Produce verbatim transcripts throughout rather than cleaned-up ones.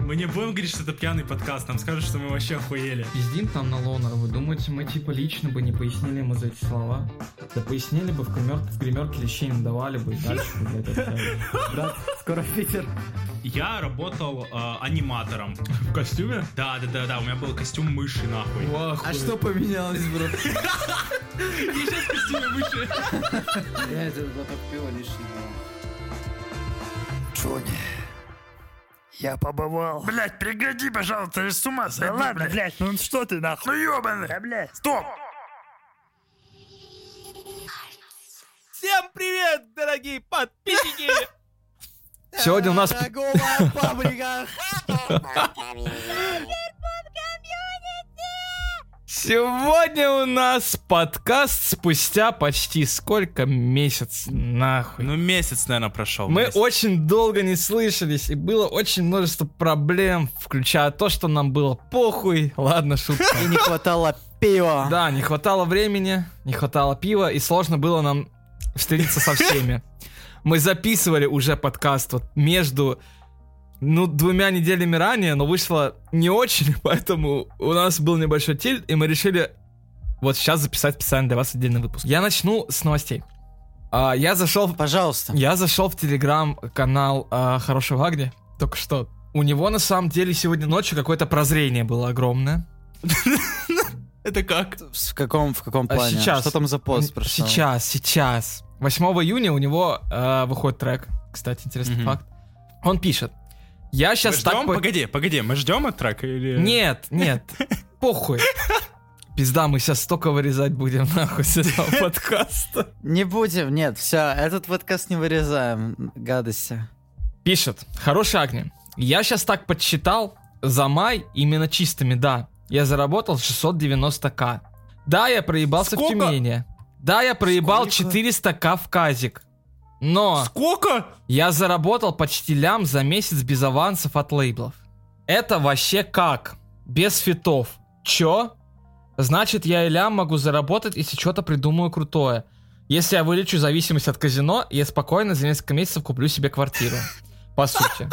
Мы не будем говорить, что это пьяный подкаст, нам скажут, что мы вообще охуели. Пиздим там на лонера, вы думаете, мы типа лично бы не пояснили ему за эти слова? Да пояснили бы, в гримерке, в гримерке лещей не давали бы и дальше бы, блядь, общались. Брат, скоро Питер. Я работал э, аниматором. В костюме? Да, да, да, да, у меня был костюм мыши, нахуй. Вау, а что поменялось, бро? Я сейчас в костюме мыши. Я этот глоток пива лишний. Джонни, я побывал. Блять, пригляди, пожалуйста, ты с ума сойди. Да ладно, блять, ну что ты нахуй? Ну ёбаный. Да, блять. Стоп. Всем привет, дорогие подписчики! Сегодня у нас... Сегодня у нас подкаст спустя почти сколько? Месяц, нахуй. Ну, месяц, наверное, прошел. Мы месяц. очень долго не слышались, и было очень множество проблем, включая то, что нам было похуй. Ладно, шутка. И не хватало пива. Да, не хватало времени, не хватало пива, и сложно было нам встретиться со всеми. Мы записывали уже подкаст вот между, ну, двумя неделями ранее, но вышло не очень, поэтому у нас был небольшой тильт, и мы решили вот сейчас записать специально для вас отдельный выпуск. Я начну с новостей. А, я зашел... Пожалуйста. Я зашел в телеграм-канал а, Хорошего Агни только что. У него на самом деле сегодня ночью какое-то прозрение было огромное. Это как? В каком, в каком плане? Сейчас. Что там за пост прошел? Сейчас, сейчас. восьмого июня у него э, выходит трек. Кстати, интересный Мгм. факт. Он пишет. Я Мы сейчас так... ждем? по- Погоди, погоди, мы ждем этот трек или... Нет, нет. Похуй. Пизда, мы сейчас столько вырезать будем, нахуй, с этого подкаста. Не будем, нет, все, этот подкаст не вырезаем, гадости. Пишет. Хороший Агни. Я сейчас так подсчитал. За май, именно чистыми, да. Я заработал шестьсот девяносто тысяч. Да, я проебался Сколько? в Тюмени. Да, я проебал Сколько? четыреста тысяч в Казик. Но Сколько? я заработал почти лям за месяц без авансов от лейблов. Это вообще как? Без фитов. Чё? Значит, я и лям могу заработать, если что-то придумаю крутое. Если я вылечу зависимость от казино, я спокойно за несколько месяцев куплю себе квартиру. По сути.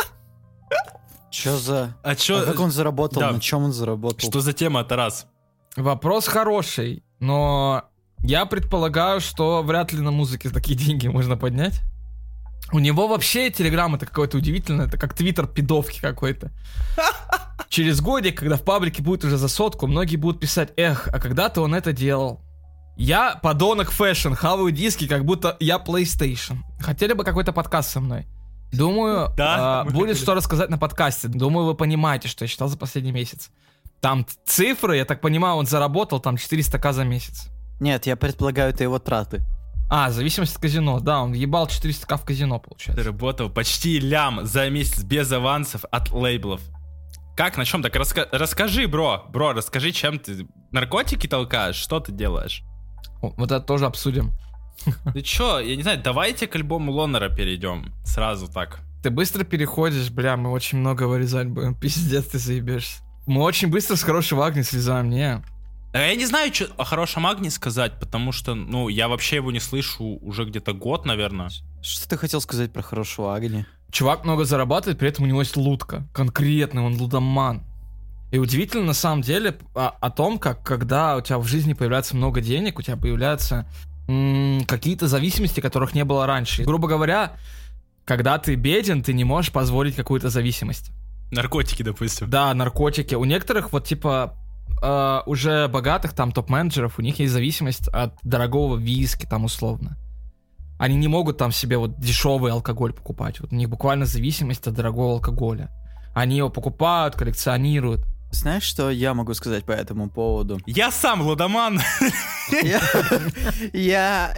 Чё за... А чё... А как он заработал? Да. На чем он заработал? Что за тема, Тарас? Вопрос хороший, но я предполагаю, что вряд ли на музыке такие деньги можно поднять. У него вообще Телеграм это какое-то удивительное, это как твиттер пидовки какой-то. Через годик, когда в паблике будет уже за сотку, многие будут писать: эх, а когда-то он это делал. Я подонок фэшн, хаваю диски, как будто я PlayStation. Хотели бы какой-то подкаст со мной? Думаю, Да, а, мы будет хотели. что рассказать на подкасте. Думаю, вы понимаете, что я считал за последний месяц. Там цифры, я так понимаю, он заработал там четыреста тысяч за месяц. Нет, я предполагаю, это его траты. А, зависимость от казино. Да, он ебал четыреста тысяч в казино, Ты получается. работал почти лям за месяц без авансов от лейблов. Как, на чем? Так раска- расскажи, бро. Бро, расскажи, чем ты... Наркотики толкаешь? Что ты делаешь? О, вот это тоже обсудим. Ты чё, я не знаю, давайте к альбому Лонера перейдем. Сразу так. Ты быстро переходишь, бля, мы очень много вырезать будем. Пиздец, ты заебешься. Мы очень быстро с Хорошего Агни слезаем, не. А я не знаю, что о хорошем Агне сказать, потому что, ну, я вообще его не слышу уже где-то год, наверное. Что ты хотел сказать про хорошего Агни? Чувак много зарабатывает, при этом у него есть лутка. Конкретный, он лудоман. И удивительно на самом деле о, о том, как когда у тебя в жизни появляется много денег, у тебя появляются м- какие-то зависимости, которых не было раньше. Грубо говоря, когда ты беден, ты не можешь позволить какую-то зависимость. Наркотики, допустим. Да, наркотики. У некоторых вот типа э, уже богатых там топ-менеджеров, у них есть зависимость от дорогого виски там условно. Они не могут там себе вот дешевый алкоголь покупать. Вот у них буквально зависимость от дорогого алкоголя. Они его покупают, коллекционируют. Знаешь, что я могу сказать по этому поводу? Я сам лудоман. Я... Я...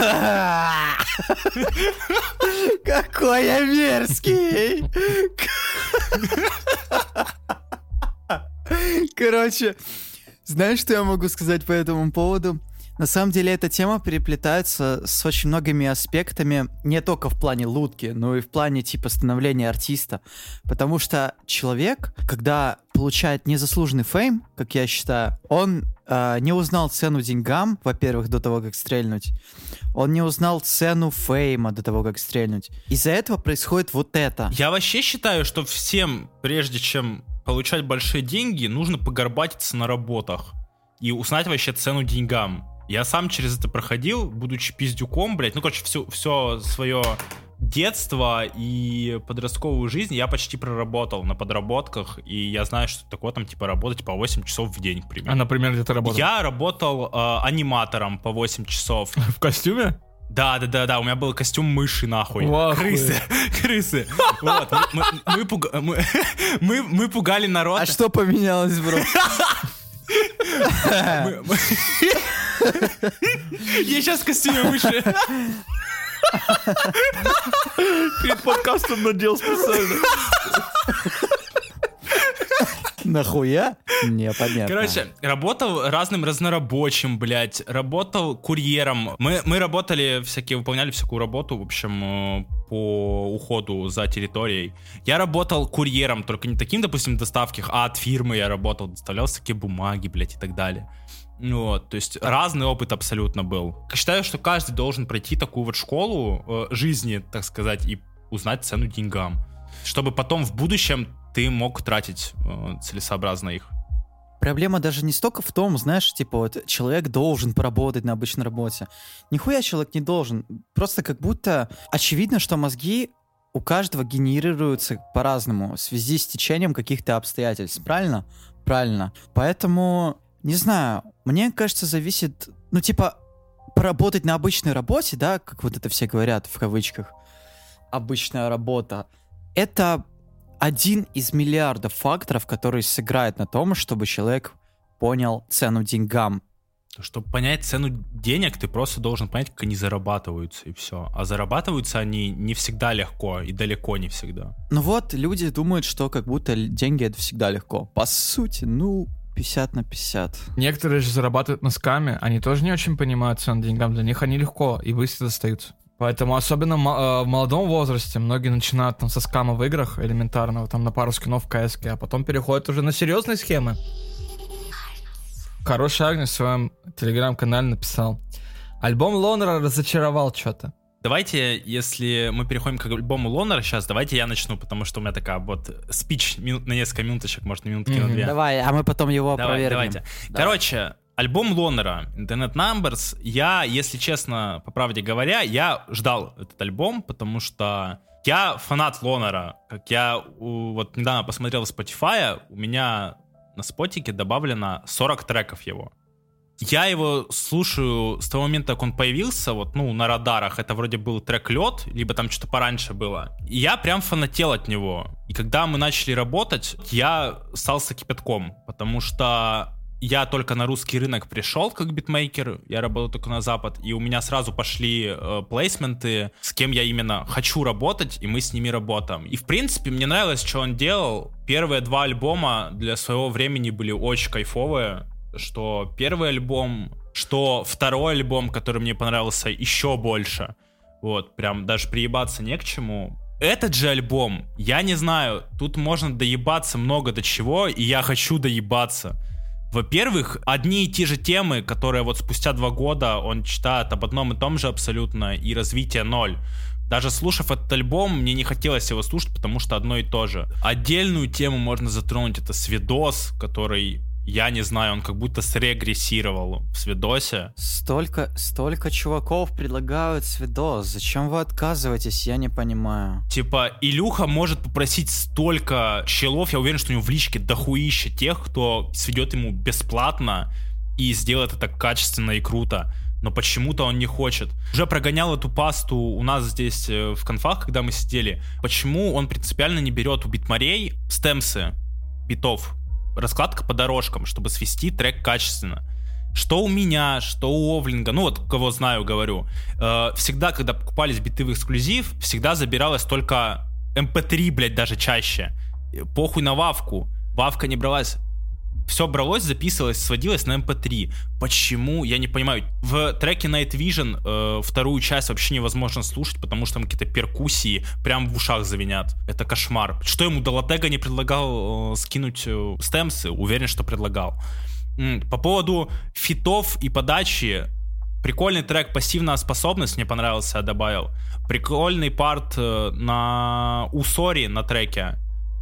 Какой я мерзкий! Короче, знаешь, что я могу сказать по этому поводу? На самом деле эта тема переплетается с очень многими аспектами, не только в плане лутки, но и в плане типа становления артиста. Потому что человек, когда получает незаслуженный фейм, как я считаю, он э, не узнал цену деньгам, во-первых, до того, как стрельнуть. Он не узнал цену фейма до того, как стрельнуть. Из-за этого происходит вот это. Я вообще считаю, что всем, прежде чем получать большие деньги, нужно погорбатиться на работах и узнать вообще цену деньгам. Я сам через это проходил, будучи пиздюком, блядь. Ну, короче, все, все свое детство и подростковую жизнь я почти проработал на подработках, и я знаю, что такое там, типа, работать по восемь часов в день, к примеру. А, например, где ты работал? Я работал э, аниматором по восемь часов. В костюме? Да, да, да, да, у меня был костюм мыши, нахуй. Вахуй. Крысы, крысы. Вот, мы, мы, мы, пуга- мы, мы, мы пугали народ. А что поменялось, бро? Мы- мы- Я сейчас в костюме мыши. Перед подкастом надел специально. Нахуя? Непонятно. Короче, работал разным разнорабочим, блядь, работал курьером. Мы, мы работали всякие, выполняли всякую работу, в общем, э, по уходу за территорией. Я работал курьером, только не таким, допустим, доставки, а от фирмы я работал, доставлял всякие бумаги, блядь, и так далее. Вот, то есть разный опыт абсолютно был. Считаю, что каждый должен пройти такую вот школу э, жизни, так сказать, и узнать цену деньгам, чтобы потом в будущем ты мог тратить э, целесообразно их. Проблема даже не столько в том, знаешь, типа вот человек должен поработать на обычной работе. Нихуя человек не должен. Просто как будто очевидно, что мозги у каждого генерируются по-разному в связи с течением каких-то обстоятельств. Правильно? Правильно. Поэтому, не знаю, мне кажется, зависит... Ну, типа, поработать на обычной работе, да, как вот это все говорят в кавычках, обычная работа, это один из миллиардов факторов, которые сыграют на том, чтобы человек понял цену деньгам. Чтобы понять цену денег, ты просто должен понять, как они зарабатываются, и все. А зарабатываются они не всегда легко, и далеко не всегда. Ну вот, люди думают, что как будто деньги — это всегда легко. По сути, ну, пятьдесят на пятьдесят. Некоторые же зарабатывают на скаме, они тоже не очень понимают цену деньгам, для них они легко и быстро достаются. Поэтому особенно в молодом возрасте многие начинают там со скама в играх элементарного, там на пару скинов в КС, а потом переходят уже на серьезные схемы. Хороший Агнес в своем телеграм-канале написал: альбом Лонера разочаровал что-то. Давайте, если мы переходим к альбому Лонера сейчас, давайте я начну, потому что у меня такая вот спич мину- на несколько минуточек, может, на минутки Мгм. на две. Давай, а мы потом его Давай, проверим. давайте. Короче, альбом Лонера, Internet Numbers, я, если честно, по правде говоря, я ждал этот альбом, потому что я фанат Лонера. Как я у, вот недавно посмотрел Spotify, у меня на спотике добавлено сорок треков его. Я его слушаю с того момента, как он появился, вот, ну, на радарах. Это вроде был трек «Лед», либо там что-то пораньше было. И я прям фанател от него. И когда мы начали работать, я стался кипятком, потому что я только на русский рынок пришел как битмейкер, я работал только на Запад, и у меня сразу пошли э, плейсменты, с кем я именно хочу работать, и мы с ними работаем. И в принципе мне нравилось, что он делал. Первые два альбома для своего времени были очень кайфовые, что первый альбом, что второй альбом, который мне понравился еще больше. Вот, прям даже приебаться не к чему. Этот же альбом, я не знаю, тут можно доебаться много до чего, и я хочу доебаться. Во-первых, одни и те же темы, которые вот спустя два года он читает об одном и том же абсолютно, и развитие ноль. Даже слушав этот альбом, мне не хотелось его слушать, потому что одно и то же. Отдельную тему можно затронуть, это Свидос, который, я не знаю, он как будто срегрессировал в Свидосе. Столько, столько чуваков предлагают свидос. Зачем вы отказываетесь, я не понимаю. Типа, Илюха может попросить столько челов, я уверен, что у него в личке дохуища тех, кто сведет ему бесплатно и сделает это качественно и круто. Но почему-то он не хочет. Уже прогонял эту пасту у нас здесь в конфах, когда мы сидели. Почему он принципиально не берет у битмарей стемсы битов? Раскладка по дорожкам, чтобы свести трек качественно. Что у меня, что у Овлинга, ну вот кого знаю, говорю. Э, всегда, когда покупались биты в эксклюзив, всегда забиралась только эм пэ три, блядь, даже чаще. Похуй на вавку. Вавка не бралась. Все бралось, записывалось, сводилось на эм пэ три. Почему? Я не понимаю. В треке Night Vision э, вторую часть вообще невозможно слушать, потому что там какие-то перкуссии прям в ушах звенят. Это кошмар. Что ему Долотега не предлагал э, скинуть э, стемсы? Уверен, что предлагал. М, По поводу фитов и подачи, прикольный трек «Пассивная способность» мне понравился, я добавил. Прикольный парт э, на Усори на треке.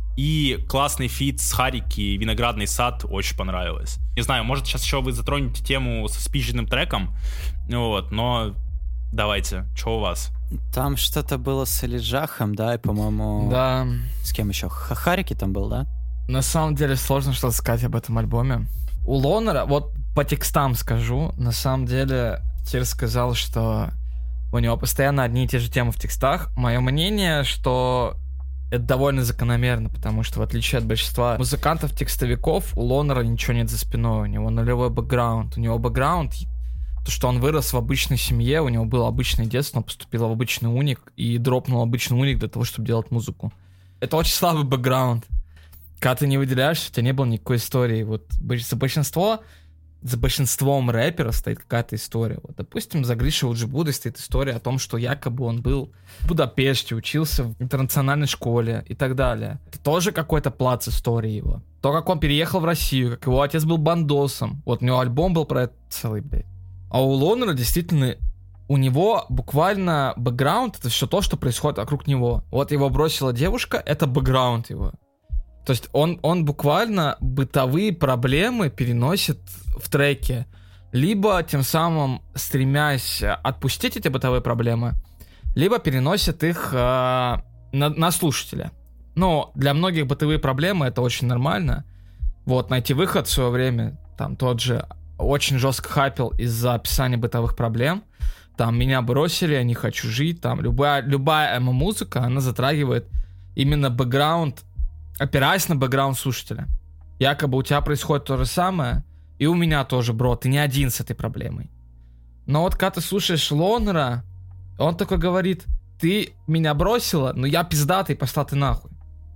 И классный фит с Харики «Виноградный сад» очень понравилось. Не знаю, может сейчас еще вы затронете тему со спиченным треком, вот, но давайте, что у вас? Там что-то было с Элиджахом, да, и, по-моему... Да. С кем еще? Хахарики там был, да? На самом деле сложно что-то сказать об этом альбоме. У Лонера, вот по текстам скажу, на самом деле Тир сказал, что у него постоянно одни и те же темы в текстах. Мое мнение, что это довольно закономерно, потому что в отличие от большинства музыкантов-текстовиков, у Лонера ничего нет за спиной, у него нулевой бэкграунд. У него бэкграунд, то, что он вырос в обычной семье, у него было обычное детство, он поступил в обычный уник и дропнул обычный уник для того, чтобы делать музыку. Это очень слабый бэкграунд. Когда ты не выделяешься, у тебя не было никакой истории. Вот за большинство, за большинством рэперов стоит какая-то история. Вот, допустим, за Гришей Уджибудой стоит история о том, что якобы он был в Будапеште, учился в интернациональной школе и так далее. Это тоже какой-то плац истории его. То, как он переехал в Россию, как его отец был бандосом. Вот у него альбом был про это целый, блядь. А у Лонера действительно... У него буквально бэкграунд — это все то, что происходит вокруг него. Вот его бросила девушка, это бэкграунд его. То есть он, он буквально бытовые проблемы переносит в треке, либо тем самым стремясь отпустить эти бытовые проблемы, либо переносит их э, на, на слушателя. Но для многих бытовые проблемы это очень нормально. Вот, найти выход в свое время, там тот же очень жестко хайпил из-за описания бытовых проблем. Там «Меня бросили, я не хочу жить». Там любая, любая эмо-музыка, она затрагивает именно бэкграунд, опираясь на бэкграунд слушателя. Якобы у тебя происходит то же самое, и у меня тоже, бро, ты не один с этой проблемой. Но вот когда ты слушаешь Лонера, он такой говорит: ты меня бросила, но я пиздатый, пошла ты нахуй.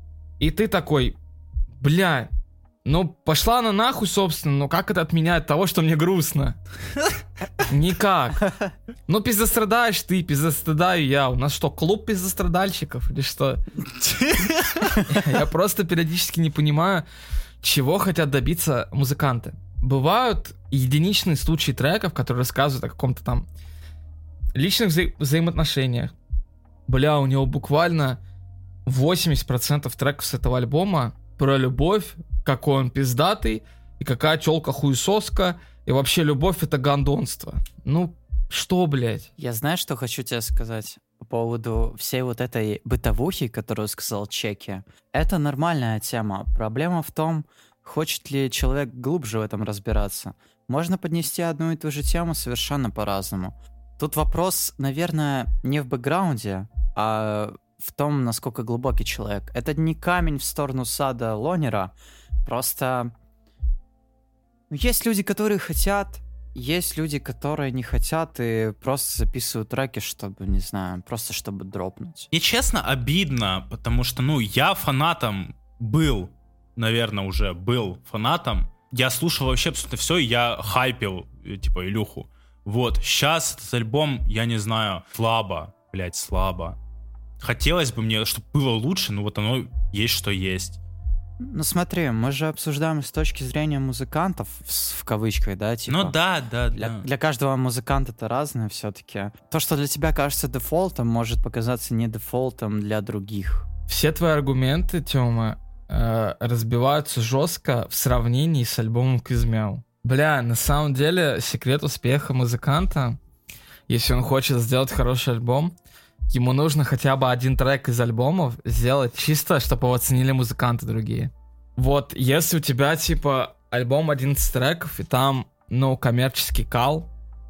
И ты такой: бля, ну пошла она нахуй, собственно, но как это отменяет того, что мне грустно? Никак. Ну пиздострадаешь ты, пиздострадаю я. У нас что, клуб пиздострадальщиков или что? Я просто периодически не понимаю, чего хотят добиться музыканты. Бывают единичные случаи треков, которые рассказывают о каком-то там личных вза- взаимоотношениях. Бля, у него буквально восемьдесят процентов треков с этого альбома про любовь, какой он пиздатый, и какая тёлка хуесоска, и вообще любовь — это гандонство. Ну, что, блядь? Я знаю, что хочу тебе сказать по поводу всей вот этой бытовухи, которую сказал Чеки. Это нормальная тема. Проблема в том, хочет ли человек глубже в этом разбираться. Можно поднести одну и ту же тему совершенно по-разному. Тут вопрос, наверное, не в бэкграунде, а в том, насколько глубокий человек. Это не камень в сторону сада Лонера, просто есть люди, которые хотят, есть люди, которые не хотят и просто записывают треки, чтобы, не знаю, просто чтобы дропнуть. Мне честно обидно, потому что, ну, я фанатом был, наверное, уже был фанатом. Я слушал вообще абсолютно все, и я хайпил, типа, Илюху. Вот, сейчас этот альбом, я не знаю, слабо, блядь, слабо. Хотелось бы мне, чтобы было лучше, но вот оно есть, что есть. Ну смотри, мы же обсуждаем с точки зрения музыкантов, в, в кавычках, да, типа. Ну да, да, для, да. Для каждого музыканта это разное все-таки. То, что для тебя кажется дефолтом, может показаться не дефолтом для других. Все твои аргументы, Тёма, э, разбиваются жестко в сравнении с альбомом Кизмяу. Бля, на самом деле секрет успеха музыканта, если он хочет сделать хороший альбом, ему нужно хотя бы один трек из альбомов сделать чисто, чтобы его оценили музыканты другие. Вот, если у тебя, типа, альбом одиннадцать треков, и там, ну, коммерческий кал,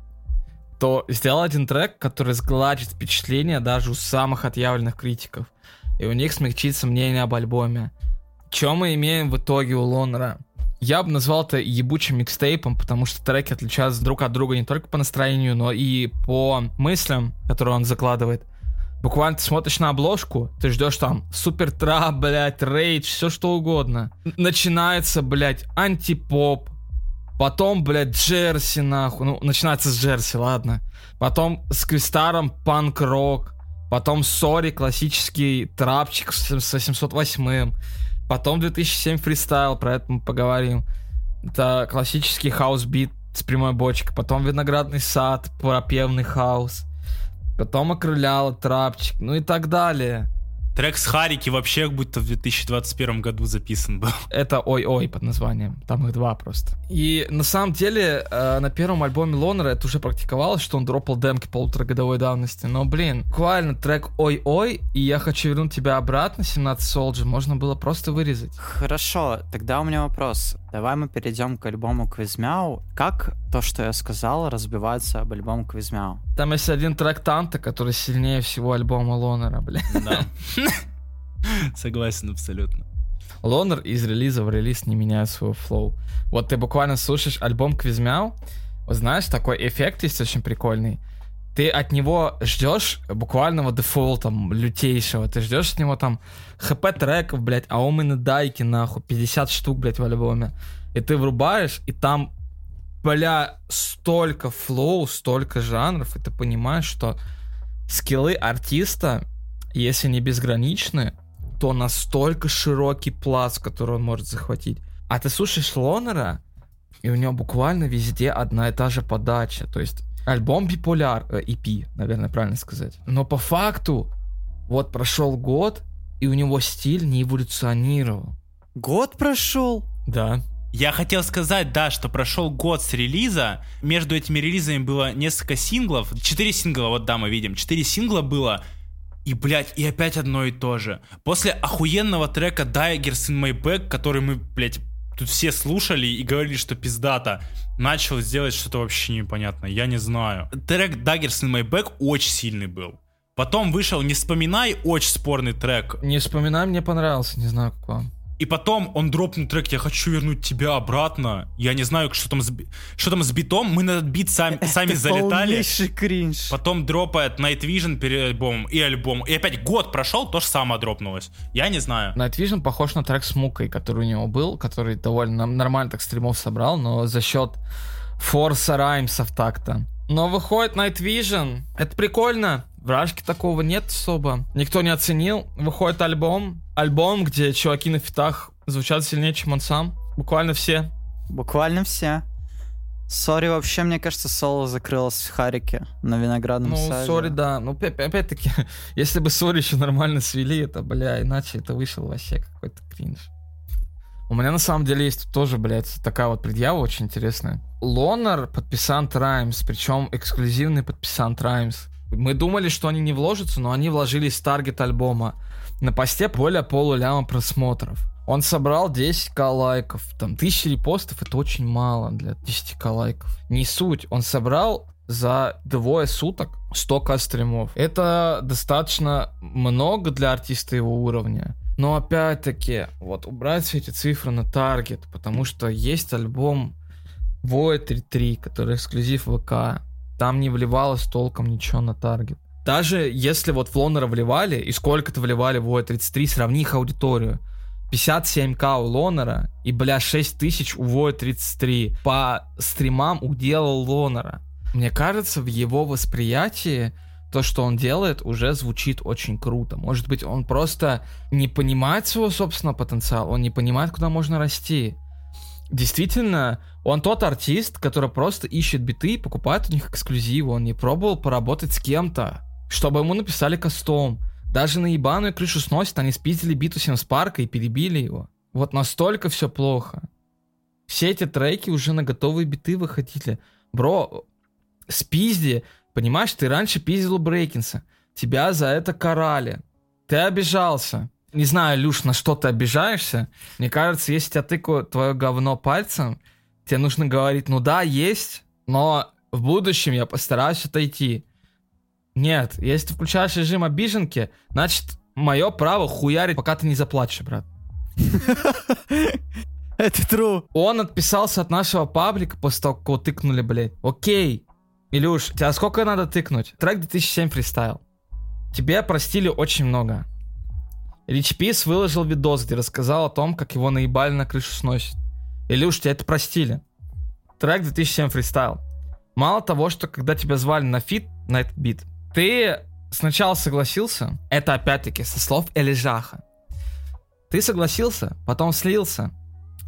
то сделай один трек, который сгладит впечатление даже у самых отъявленных критиков, и у них смягчится мнение об альбоме. Что мы имеем в итоге у Лонера? Я бы назвал это ебучим микстейпом, потому что треки отличаются друг от друга не только по настроению, но и по мыслям, которые он закладывает. Буквально ты смотришь на обложку, ты ждешь там супер трап, блядь, рейдж, все что угодно. Начинается, блядь, антипоп, потом, блядь, Джерси, нахуй. Ну, начинается с Джерси, ладно. Потом с Квистаром панк-рок, потом Сори, классический трапчик с восемьсот восьмым, потом две тысячи семь фристайл, про это мы поговорим. Это классический хаус-бит с прямой бочкой. Потом «Виноградный сад», пропевный хаус. Потом «Окрыляла», трапчик, ну и так далее. Трек с Харики вообще как будто в две тысячи двадцать первом году записан был. Это «Ой-ой» под названием. Там их два просто. И на самом деле э, на первом альбоме Лонера это уже практиковалось, что он дропал демки полуторагодовой давности. Но, блин, буквально трек «Ой-ой» и «Я хочу вернуть тебя обратно» семнадцать Soldier можно было просто вырезать. Хорошо, тогда у меня вопрос. Давай мы перейдем к альбому Квизмяу. Как то, что я сказал, разбивается об альбом Квизмяу? Там есть один трек Танта, который сильнее всего альбома Лонера, блин. Да. Согласен абсолютно. Лонер из релиза в релиз не меняет свой флоу. Вот ты буквально слушаешь альбом Квизмяу, знаешь, такой эффект есть очень прикольный. Ты от него ждешь буквального дефолта лютейшего. Ты ждешь от него там хп-треков, блядь, аумины дайки, нахуй, пятьдесят штук, блядь, в альбоме. И ты врубаешь, и там, бля, столько флоу, столько жанров, и ты понимаешь, что скиллы артиста, если не безграничны, то настолько широкий пласт, который он может захватить. А ты слушаешь Лонера, и у него буквально везде одна и та же подача. То есть альбом биполяр, э, и пи, наверное, правильно сказать. Но по факту, вот прошел год, и у него стиль не эволюционировал. Год прошел? Да. Я хотел сказать, да, что прошел год с релиза. Между этими релизами было несколько синглов. Четыре сингла, вот да, мы видим. Четыре сингла было. И, блядь, и опять одно и то же. После охуенного трека Daggers in My Bag, который мы, блядь, тут все слушали и говорили, что пиздата, начал сделать что-то вообще непонятное. Я не знаю. Трек Daggers in My Bag очень сильный был. Потом вышел «Не вспоминай», очень спорный трек. Не вспоминай, мне понравился, не знаю, как вам. И потом он дропнул трек «Я хочу вернуть тебя обратно». Я не знаю, что там с, би... что там с битом. Мы на этот бит сами, сами залетали. Полнейший кринж. Потом дропает Night Vision перед альбомом и альбом. И опять год прошел, то же самое дропнулось. Я не знаю. Night Vision похож на трек с Мукой, который у него был, который довольно нормально так стримов собрал, но за счет форса раймсов так-то. Но выходит Night Vision. Это прикольно. В Рашке такого нет особо. Никто не оценил. Выходит альбом. Альбом, где чуваки на фитах звучат сильнее, чем он сам. Буквально все. Буквально все. Сори, вообще, мне кажется, соло закрылось в Харике на Виноградном ну, саде. Ну, сори, да. Ну, опять-таки, если бы сори еще нормально свели, это, бля, иначе это вышел вообще какой-то кринж. У меня на самом деле есть тоже, блядь, такая вот предъява очень интересная. Лонер подписант Раймс, причем эксклюзивный подписант Раймс. Мы думали, что они не вложатся, но они вложились в таргет альбома. На посте более полуляма просмотров. Он собрал десять тысяч лайков. Там тысяча репостов — это очень мало для десять тысяч лайков. Не суть. Он собрал за двое суток сто тысяч стримов. Это достаточно много для артиста его уровня. Но опять-таки, вот убрать все эти цифры на таргет, потому что есть альбом Void тридцать три, который эксклюзив ВК. Там не вливалось толком ничего на таргет. Даже если вот в Лонера вливали, и сколько-то вливали в Void тридцать три, сравни их аудиторию. пятьдесят семь тысяч у Лонера и, бля, шесть тысяч у Void тридцать три. По стримам уделал Лонера. Мне кажется, в его восприятии то, что он делает, уже звучит очень круто. Может быть, он просто не понимает своего собственного потенциала, он не понимает, куда можно расти. Действительно, он тот артист, который просто ищет биты и покупает у них эксклюзивы. Он не пробовал поработать с кем-то, чтобы ему написали кастом. Даже на ебаную крышу сносит, они спиздили бит у Симспарка и перебили его. Вот настолько все плохо. Все эти треки уже на готовые биты выходили. Бро, спизди, понимаешь, ты раньше пиздил у Брейкинса. Тебя за это карали. Ты обижался. Не знаю, Люш, на что ты обижаешься. Мне кажется, если тебя тыкают твое говно пальцем, тебе нужно говорить, ну да, есть, но в будущем я постараюсь отойти. Нет, если ты включаешь режим обиженки, значит, мое право хуярить, пока ты не заплачешь, брат. Это true. Он отписался от нашего паблика после того, как его тыкнули, блядь. Окей. Илюш, тебя сколько надо тыкнуть? Трек две тысячи семь фристайл. Тебе простили очень много. Рич Пис выложил видос, где рассказал о том, как его наебали на крышу сносит. Илюш, тебя это простили. Трек две тысячи семь фристайл. Мало того, что когда тебя звали на фит, на этот бит, ты сначала согласился, это опять-таки со слов Элижаха. Ты согласился, потом слился.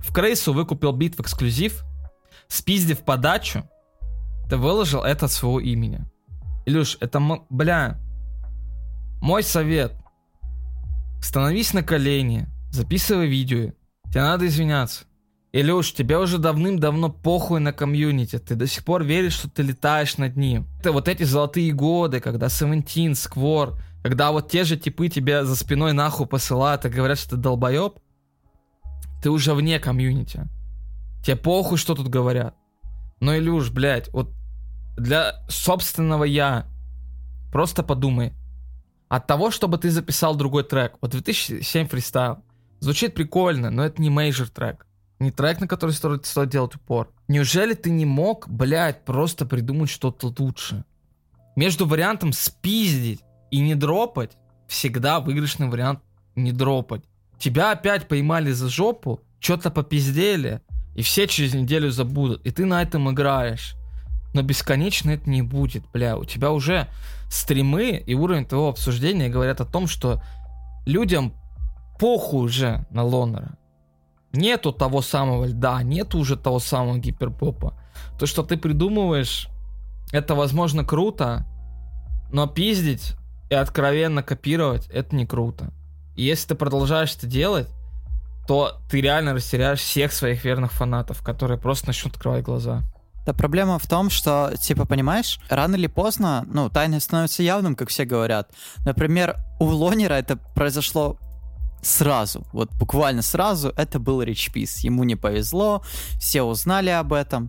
в Крейсу выкупил бит в эксклюзив, спиздив подачу, ты выложил это от своего имени. Илюш, это, м- бля, мой совет. Становись на колени, записывай видео, тебе надо извиняться. Илюш, тебе уже давным-давно похуй на комьюнити, ты до сих пор веришь, что ты летаешь над ним. Это вот эти золотые годы, когда Seventeen, Сквор, когда вот те же типы тебя за спиной нахуй посылают и говорят, что ты долбоеб, ты уже вне комьюнити. Тебе похуй, что тут говорят. Но, Илюш, блядь, вот для собственного я просто подумай. От того, чтобы ты записал другой трек, вот две тысячи семь фристайл, звучит прикольно, но это не мейджор трек. Не трек, на который стоит, стоит делать упор. Неужели ты не мог, блядь, просто придумать что-то лучше? Между вариантом спиздить и не дропать, всегда выигрышный вариант не дропать. Тебя опять поймали за жопу, что-то попиздели, и все через неделю забудут. И ты на этом играешь. Но бесконечно это не будет, бля. У тебя уже стримы и уровень твоего обсуждения говорят о том, что людям похуй уже на Лонера. Нету того самого льда, нету уже того самого гиперпопа. То, что ты придумываешь, это, возможно, круто, но пиздить и откровенно копировать, это не круто. И если ты продолжаешь это делать, то ты реально растеряешь всех своих верных фанатов, которые просто начнут открывать глаза. Да, проблема в том, что, типа, понимаешь, рано или поздно, ну, тайна становится явным, как все говорят. Например, у Лонера это произошло сразу, вот буквально сразу, это был Rich Peace. Ему не повезло, все узнали об этом.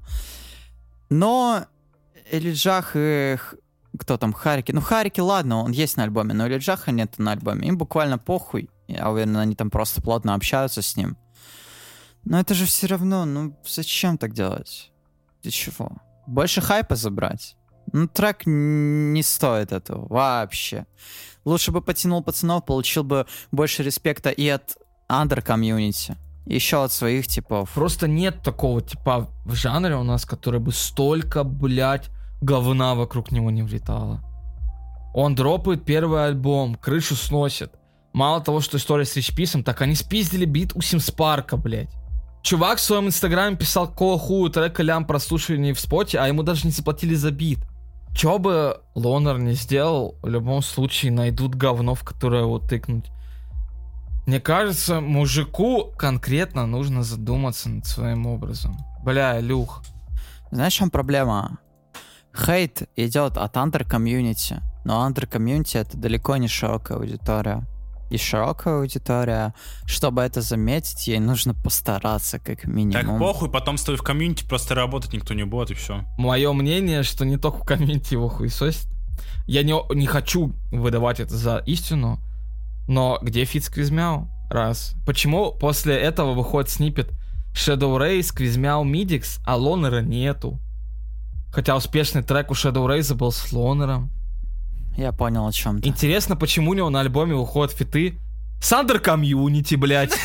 Но Элиджах и... Кто там? Харики. Ну, Харики, ладно, он есть на альбоме, но Элиджаха нет на альбоме. Им буквально похуй. Я уверен, они там просто плотно общаются с ним. Но это же все равно, ну, зачем так делать? Для чего? Больше хайпа забрать? Ну, трек не стоит этого вообще. Лучше бы потянул пацанов, получил бы больше респекта и от андер-комьюнити, еще от своих типов. Просто нет такого типа в жанре у нас, который бы столько, блядь, говна вокруг него не влетало. Он дропает первый альбом, крышу сносит. Мало того, что история с Rich Peace'ом, так они спиздили бит у Симспарка, блядь. Чувак в своем инстаграме писал, какого хуя трека лям прослушивания в споте, а ему даже не заплатили за бит. Чё бы Лонер не сделал, в любом случае найдут говно, в которое его тыкнуть. Мне кажется, мужику конкретно нужно задуматься над своим образом. Бля, Илюх. Знаешь, в чем проблема? Хейт идет от андер-комьюнити, но андер-комьюнити — это далеко не широкая аудитория. И широкая аудитория, чтобы это заметить, ей нужно постараться, как минимум. Так похуй, потом с тобой в комьюнити просто работать никто не будет, и все. Мое мнение, что не только в комьюнити его хуесосит. Я не, не хочу выдавать это за истину, но где фит Сквизмяу? Раз. Почему после этого выходит сниппет Shadow Ray, Сквизмяу, Мидикс, а Лонера нету? Хотя успешный трек у Shadow Ray был с Лонером. Я понял, о чем ты. Интересно, почему у него на альбоме выходят фиты с андер-комьюнити, блядь,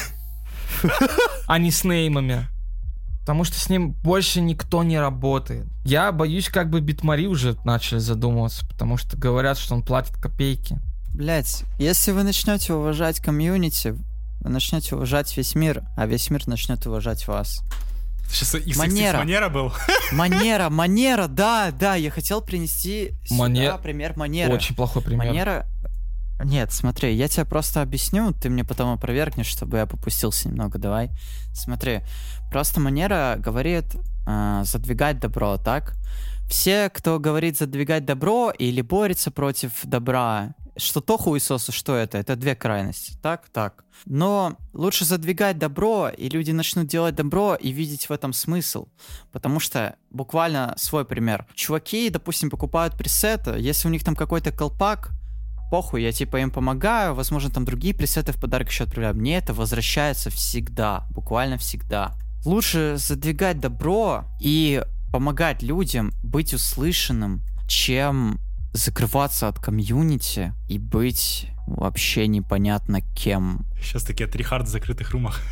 а не с неймами. Потому что с ним больше никто не работает. Я боюсь, как бы битмари уже начали задумываться, потому что говорят, что он платит копейки. Блять, если вы начнете уважать комьюнити, вы начнете уважать весь мир, а весь мир начнет уважать вас. Сейчас икс икс икс Манера. Манера был? Манера, Манера, да, да, я хотел принести сюда Мане- пример Манеры. Очень плохой пример. Манера... Нет, смотри, я тебе просто объясню, ты мне потом опровергнешь, чтобы я попустился немного, давай. Смотри, просто Манера говорит э, задвигать добро, так? Все, кто говорит задвигать добро или борется против добра, что то хуесосы, что это? Это две крайности, так? Так. Но лучше задвигать добро, и люди начнут делать добро и видеть в этом смысл. Потому что, буквально свой пример. Чуваки, допустим, покупают пресеты, если у них там какой-то колпак, похуй, я типа им помогаю, возможно, там другие пресеты в подарок еще отправляю. Мне это возвращается всегда, буквально всегда. Лучше задвигать добро и помогать людям быть услышанным, чем закрываться от комьюнити и быть вообще непонятно кем. Сейчас такие трихард в закрытых румах.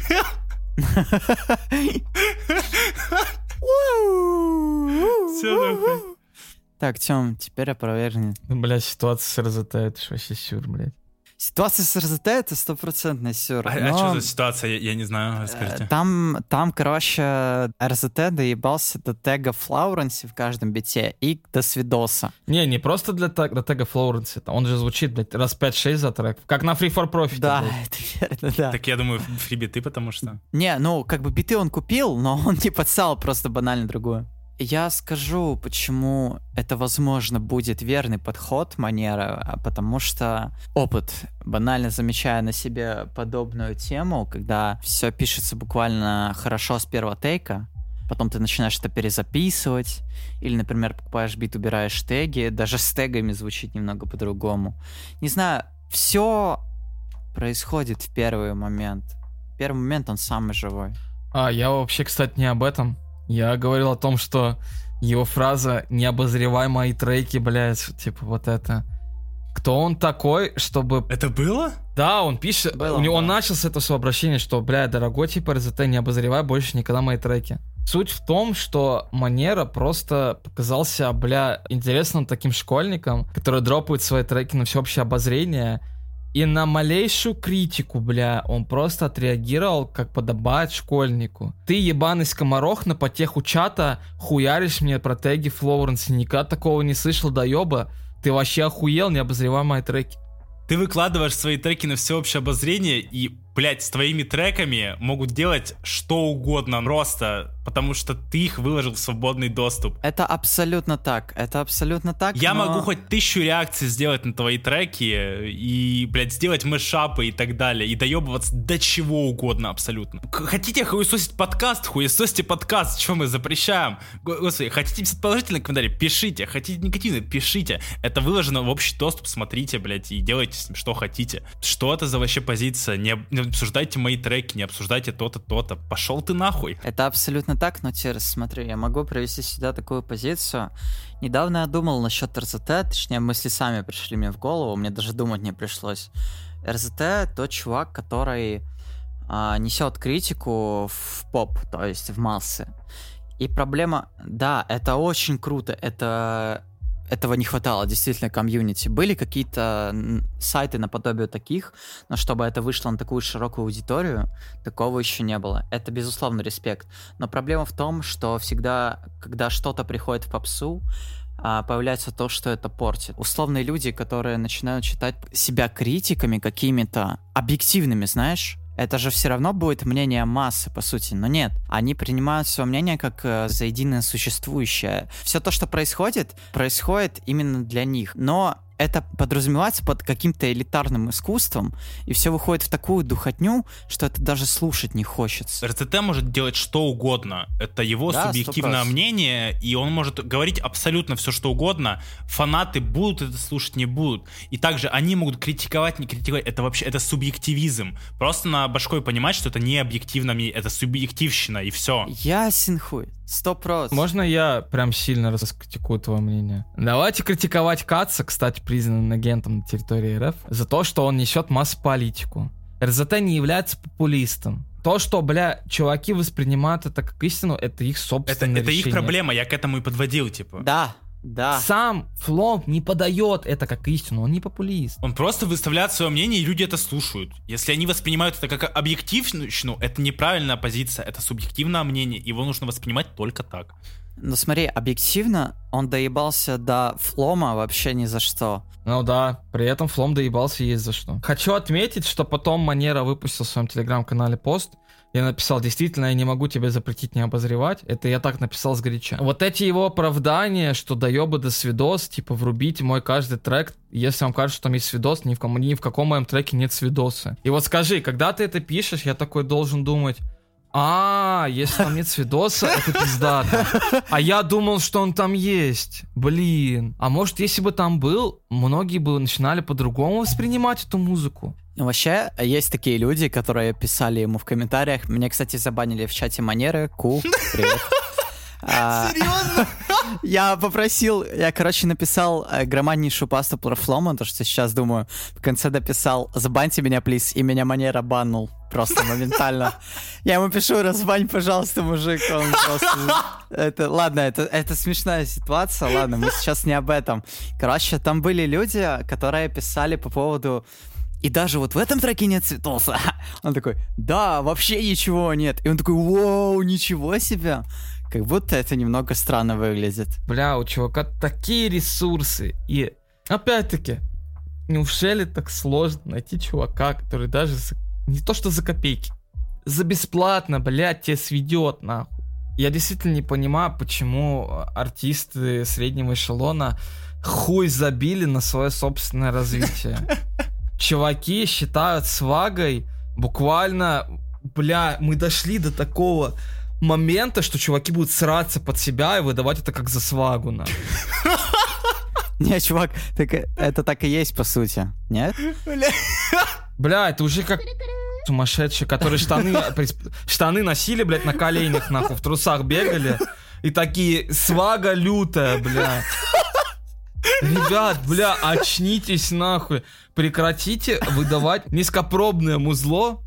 Все нахуй. Так, Тём, теперь опровергни. Бля, ситуация с РЗТ, это ж вообще сюр, блядь. Ситуация с эр зэ тэ — это стопроцентный сюр. А, а что за ситуация? Я, я не знаю, расскажите. Там, там, короче, эр зэ тэ доебался до тега Флауренси в каждом бите и до свидоса. Не, не просто для тег, до тега Флоуренси. Он же звучит, блядь, раз пять-шесть за трек. Как на Free for Profit. Да, блядь. это верно, да. Так я думаю, фри-биты, потому что... Не, ну, как бы биты он купил, но он не подстал просто банально другую. Я скажу, почему это, возможно, будет верный подход манера, потому что опыт, банально замечая на себе подобную тему, когда все пишется буквально хорошо с первого тейка, потом ты начинаешь это перезаписывать, или, например, покупаешь бит, убираешь теги, даже с тегами звучит немного по-другому. Не знаю, все происходит в первый момент. Первый момент, он самый живой. А, я вообще, кстати, не об этом. Я говорил о том, что его фраза «не обозревай мои треки», блядь, типа вот это. Кто он такой, чтобы... Это было? Да, он пишет, Было, у него да. он начал с этого своего обращения, что, блядь, дорогой, типа, эр зэ тэ, не обозревай больше никогда мои треки. Суть в том, что Манера просто показался, бля, интересным таким школьником, который дропает свои треки на всеобщее обозрение, и на малейшую критику, бля, он просто отреагировал, как подобает школьнику. Ты, ебаный скоморох, на потеху чата хуяришь мне про теги Флоуренси. Никогда такого не слышал, доеба. Ты вообще охуел, не обозревай мои треки. Ты выкладываешь свои треки на всеобщее обозрение, и, блядь, с твоими треками могут делать что угодно просто, потому что ты их выложил в свободный доступ. Это абсолютно так, это абсолютно так, Я но... могу хоть тысячу реакций сделать на твои треки и, блядь, сделать мэшапы и так далее, и доебываться до чего угодно абсолютно. К- Хотите хуесосить подкаст, хуесосьте подкаст, что мы запрещаем? Го- Господи, хотите писать положительные комментарии, пишите, хотите негативные, пишите. Это выложено в общий доступ, смотрите, блядь, и делайте с ним что хотите. Что это за вообще позиция? Не, об- не обсуждайте мои треки, не обсуждайте то-то, то-то. Пошел ты нахуй. Это абсолютно так, но теперь смотри, я могу привести сюда такую позицию. Недавно я думал насчет эр зэ тэ, точнее мысли сами пришли мне в голову, мне даже думать не пришлось. эр зэ тэ — тот чувак, который а, несет критику в поп, то есть в массы. И проблема, да, это очень круто, это... Этого не хватало, действительно, комьюнити. Были какие-то м, сайты наподобие таких, но чтобы это вышло на такую широкую аудиторию, такого еще не было. Это, безусловно, респект. Но проблема в том, что всегда, когда что-то приходит в попсу, а, появляется то, что это портит. Условные люди, которые начинают считать себя критиками какими-то объективными, знаешь, это же все равно будет мнение массы, по сути, но нет. Они принимают свое мнение как э, за единое существующее. Все то, что происходит, происходит именно для них. Но это подразумевается под каким-то элитарным искусством, и все выходит в такую духотню, что это даже слушать не хочется. эр зэ тэ может делать что угодно. Это его Да, субъективное сто процентов. мнение, и он может говорить абсолютно все, что угодно. Фанаты будут это слушать, не будут. И также они могут критиковать, не критиковать. Это вообще, это субъективизм. Просто на башкой понимать, что это не объективно мнение, это субъективщина, и все. Ясен хуй. Сто процентов. Можно я прям сильно раскритикую твое мнение? Давайте критиковать Каца, кстати, признанным агентом на территории эр эф, за то, что он несет масс-политику. эр зэ тэ не является популистом. То, что, бля, чуваки воспринимают это как истину, это их Это, собственное это их решение. проблема, я к этому и подводил, типа. Да, да. Сам Флом не подает это как истину, он не популист. Он просто выставляет свое мнение, и люди это слушают. Если они воспринимают это как объективщину, это неправильная позиция, это субъективное мнение, его нужно воспринимать только так. Но смотри, объективно, он доебался до Флома вообще ни за что. Ну да, при этом Флом доебался есть за что. Хочу отметить, что потом Манера выпустил в своем телеграм-канале пост. Я написал, действительно, я не могу тебе запретить не обозревать. Это я так написал сгоряча. Вот эти его оправдания, что доебы до свидос, типа врубите мой каждый трек, если вам кажется, что там есть свидос, ни в, ком, ни в каком моем треке нет свидоса. И вот скажи, когда ты это пишешь, я такой должен думать, а, если там нет свидоса, это пиздато. А я думал, что он там есть. Блин. А может, если бы там был, многие бы начинали по-другому воспринимать эту музыку. Ну, вообще, есть такие люди, которые писали ему в комментариях. Мне, кстати, забанили в чате Манеры. Ку, привет. Серьезно? Я попросил, я, короче, написал э, громаднейшую пасту про Флома, то, что сейчас думаю, в конце дописал «Забаньте меня, плиз», и меня Манера баннул просто моментально. Я ему пишу «Разбань, пожалуйста, мужик». Он просто... Это, ладно, это, это смешная ситуация, ладно, мы сейчас не об этом. Короче, там были люди, которые писали по поводу И даже вот в этом треке нет цветов. Он такой, да, вообще ничего нет. И он такой, вау, ничего себе. Как будто это немного странно выглядит. Бля, у чувака такие ресурсы. И опять-таки, неужели так сложно найти чувака, который даже за... не то что за копейки, за бесплатно, блядь, тебя сведет, нахуй. Я действительно не понимаю, почему артисты среднего эшелона хуй забили на свое собственное развитие. Чуваки считают свагой буквально, бля, мы дошли до такого момента, что чуваки будут сраться под себя и выдавать это как за свагу, на. Не, чувак, так, это так и есть, по сути, нет? Бля, это уже как сумасшедшие, которые штаны, штаны носили, блядь, на коленях, нахуй, в трусах бегали, и такие, свага лютая, бля. Ребят, бля, очнитесь, нахуй. Прекратите выдавать низкопробное музло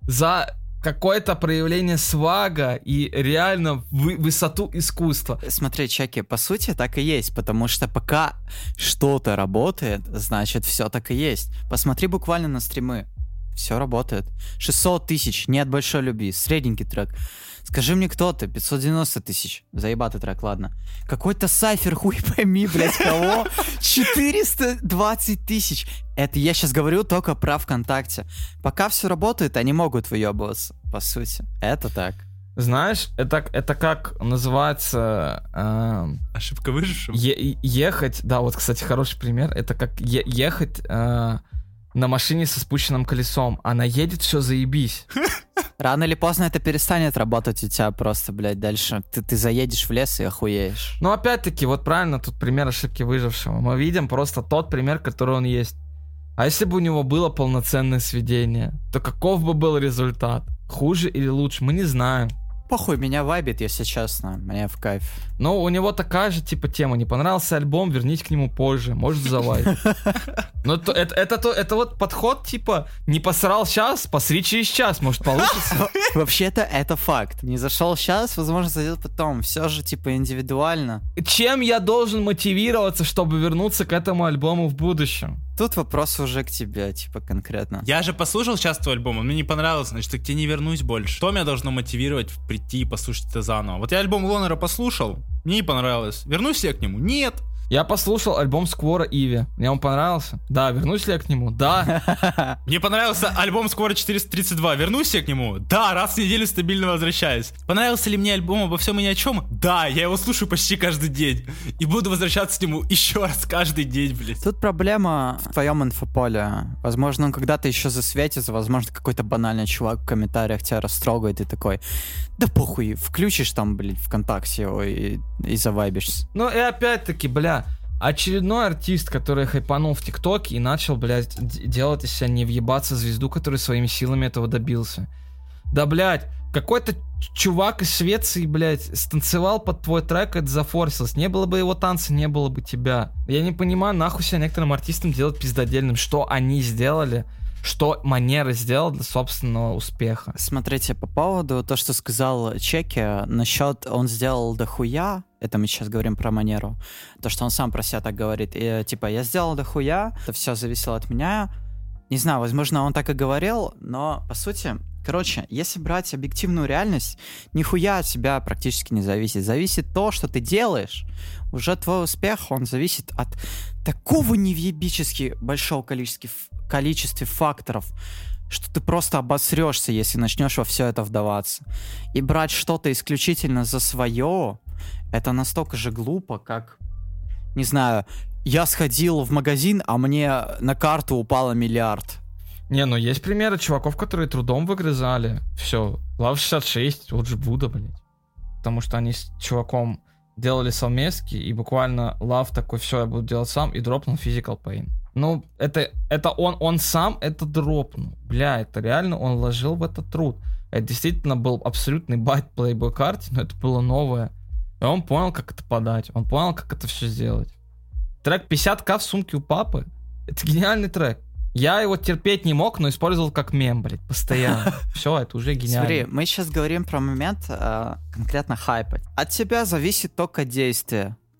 за какое-то проявление свага и реально вы, высоту искусства. Смотри, чеки, по сути так и есть, потому что пока что-то работает, значит все так и есть. Посмотри буквально на стримы. Все работает. шестьсот тысяч, не от большой любви, средненький трек. Скажи мне, кто ты? пятьсот девяносто тысяч. Заебатый трек, ладно. Какой-то сайфер, хуй пойми, блядь, кого? четыреста двадцать тысяч. Это я сейчас говорю только про ВКонтакте. Пока все работает, они могут выебываться, по сути. Это так. Знаешь, это, это как называется... Э, Ошибка выжившего? Е- ехать, да, вот, кстати, хороший пример. Это как е- ехать э, на машине со спущенным колесом. Она едет, все, заебись. Рано или поздно это перестанет работать у тебя просто, блядь, дальше. Ты, ты заедешь в лес и охуеешь. Ну, опять-таки, вот правильно, тут пример ошибки выжившего. Мы видим просто тот пример, который он есть. А если бы у него было полноценное сведение, то каков бы был результат? Хуже или лучше? Мы не знаем. Похуй, меня вайбит, если честно. Мне в кайф. Но у него такая же типа тема. Не понравился альбом, вернись к нему позже. Может, завайбить. Но это, это, это, это вот подход типа не посрал сейчас, посри через час. Может, получится? Вообще-то это факт. Не зашел сейчас, возможно, зайдет потом. Все же типа индивидуально. Чем я должен мотивироваться, чтобы вернуться к этому альбому в будущем? Тут вопрос уже к тебе, типа, конкретно. Я же послушал сейчас твой альбом, он мне не понравился, значит, я к тебе не вернусь больше. Что меня должно мотивировать прийти и послушать это заново? Вот я альбом Лонера послушал, мне не понравилось. Вернусь я к нему? Нет. Я послушал альбом Сквора Иви. Мне он понравился? Да. Вернусь ли я к нему? Да. Мне понравился альбом Сквора четыреста тридцать два. Вернусь я к нему? Да, раз в неделю стабильно возвращаюсь. Понравился ли мне альбом «Обо всем и ни о чем»? Да, я его слушаю почти каждый день. И буду возвращаться к нему еще раз каждый день, блядь. Тут проблема в твоем инфополе. Возможно, он когда-то еще засветится, возможно, какой-то банальный чувак в комментариях тебя растрогает и такой: да похуй, включишь там, блядь, ВКонтакте его и, и завайбишься. Ну и опять-таки, бля, очередной артист, который хайпанул в ТикТоке и начал, блядь, делать из себя не въебаться звезду, который своими силами этого добился. Да, блядь, какой-то чувак из Швеции, блядь, станцевал под твой трек, это зафорсилось. Не было бы его танца, не было бы тебя. Я не понимаю, нахуй себя некоторым артистам делать пиздодельным. Что они сделали, что Манера сделал для собственного успеха. Смотрите, по поводу то, что сказал Чеки, насчет он сделал дохуя, это мы сейчас говорим про Манеру, то, что он сам про себя так говорит, и, типа, я сделал дохуя, это все зависело от меня. Не знаю, возможно, он так и говорил, но, по сути, короче, если брать объективную реальность, нихуя от тебя практически не зависит. Зависит то, что ты делаешь. Уже твой успех, он зависит от такого невъебически большого количества, количестве факторов, что ты просто обосрешься, если начнешь во все это вдаваться. И брать что-то исключительно за свое, это настолько же глупо, как, не знаю, я сходил в магазин, а мне на карту упало миллиард. Не, ну есть примеры чуваков, которые трудом выгрызали. Все, Лав шестьдесят шесть, вот же Будда, блядь. Потому что они с чуваком делали совместки, и буквально Лав такой: все, я буду делать сам, и дропнул Physical Pain. Ну, это, это он, он сам это дропнул. Бля, это реально он вложил в это труд. Это действительно был абсолютный байт Playboy Carti, но это было новое. И он понял, как это подать. Он понял, как это все сделать. Трек пятьдесят тысяч в сумке у папы. Это гениальный трек. Я его терпеть не мог, но использовал как мем, блядь, постоянно. Все, это уже гениально. Смотри, мы сейчас говорим про момент э, конкретно хайпа. От тебя зависит только действие.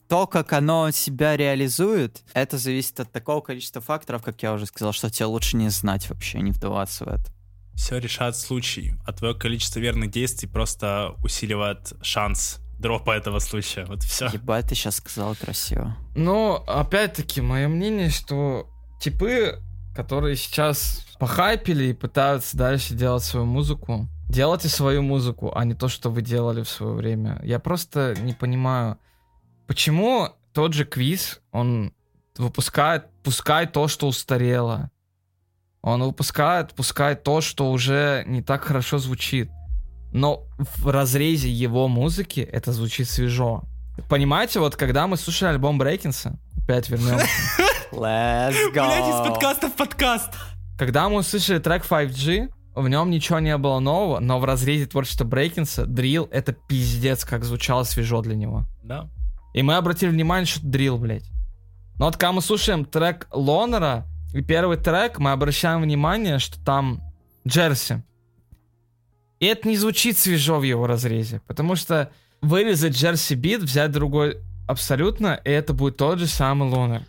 то, как оно себя реализует, это зависит от такого количества факторов, как я уже сказал, что тебе лучше не знать вообще, не вдаваться в это. Все решает случай, а твое количество верных действий просто усиливает шанс дропа этого случая. Вот все. Ебать, ты сейчас сказал красиво. Ну, опять-таки, мое мнение, что типы, которые сейчас похайпили и пытаются дальше делать свою музыку, делайте свою музыку, а не то, что вы делали в свое время. Я просто не понимаю, почему тот же Квиз, он выпускает, пускай то, что устарело. Он выпускает, пускай то, что уже не так хорошо звучит. Но в разрезе его музыки это звучит свежо. Понимаете, вот когда мы слушали альбом Брейкинса, опять вернемся. Let's go. Блять, из подкаста в подкаст. Когда мы услышали трек файв джи, в нем ничего не было нового, но в разрезе творчества Брейкинса дрилл — это пиздец, как звучало свежо для него. Да. И мы обратили внимание, что это дрилл, блядь. Но вот когда мы слушаем трек Лонера, и первый трек, мы обращаем внимание, что там Джерси. И это не звучит свежо в его разрезе, потому что вырезать Джерси бит, взять другой абсолютно, и это будет тот же самый Лонер.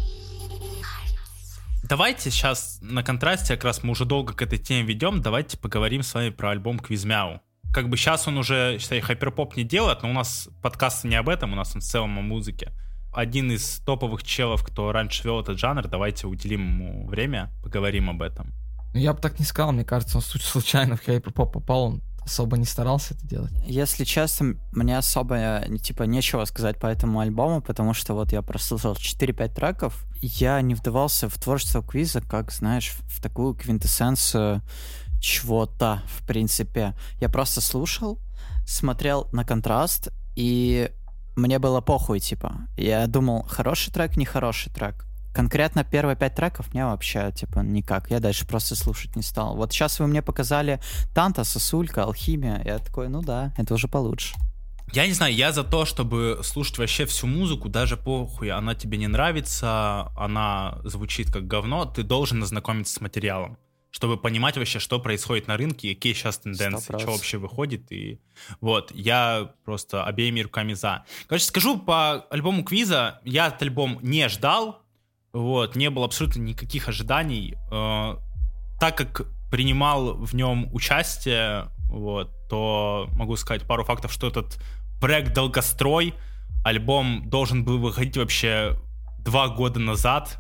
Давайте сейчас на контрасте, как раз мы уже долго к этой теме ведем, давайте поговорим с вами про альбом Квизмяу. Как бы сейчас он уже, считай, хайперпоп не делает, но у нас подкасты не об этом, у нас он в целом о музыке. Один из топовых челов, кто раньше вел этот жанр, давайте уделим ему время, поговорим об этом. Ну, я бы так не сказал, мне кажется, он случайно в хайперпоп попал, он особо не старался это делать. Если честно, мне особо, типа, нечего сказать по этому альбому, потому что вот я прослушал четыре-пять треков, я не вдавался в творчество Квиза, как, знаешь, в такую квинтэссенцию чего-то, в принципе. Я просто слушал, смотрел на контраст, и мне было похуй, типа. Я думал, хороший трек, нехороший трек. Конкретно первые пять треков мне вообще, типа, никак. Я дальше просто слушать не стал. Вот сейчас вы мне показали Танта, Сосулька, Алхимия. Я такой, ну да, это уже получше. Я не знаю, я за то, чтобы слушать вообще всю музыку, даже похуй, она тебе не нравится, она звучит как говно, ты должен ознакомиться с материалом, чтобы понимать вообще, что происходит на рынке, какие сейчас тенденции, что вообще выходит. И вот, я просто обеими руками за. Короче, скажу по альбому Квиза, я этот альбом не ждал, вот, не было абсолютно никаких ожиданий. Э, так как принимал в нем участие, вот, то могу сказать пару фактов, что этот проект долгострой, альбом должен был выходить вообще два года назад.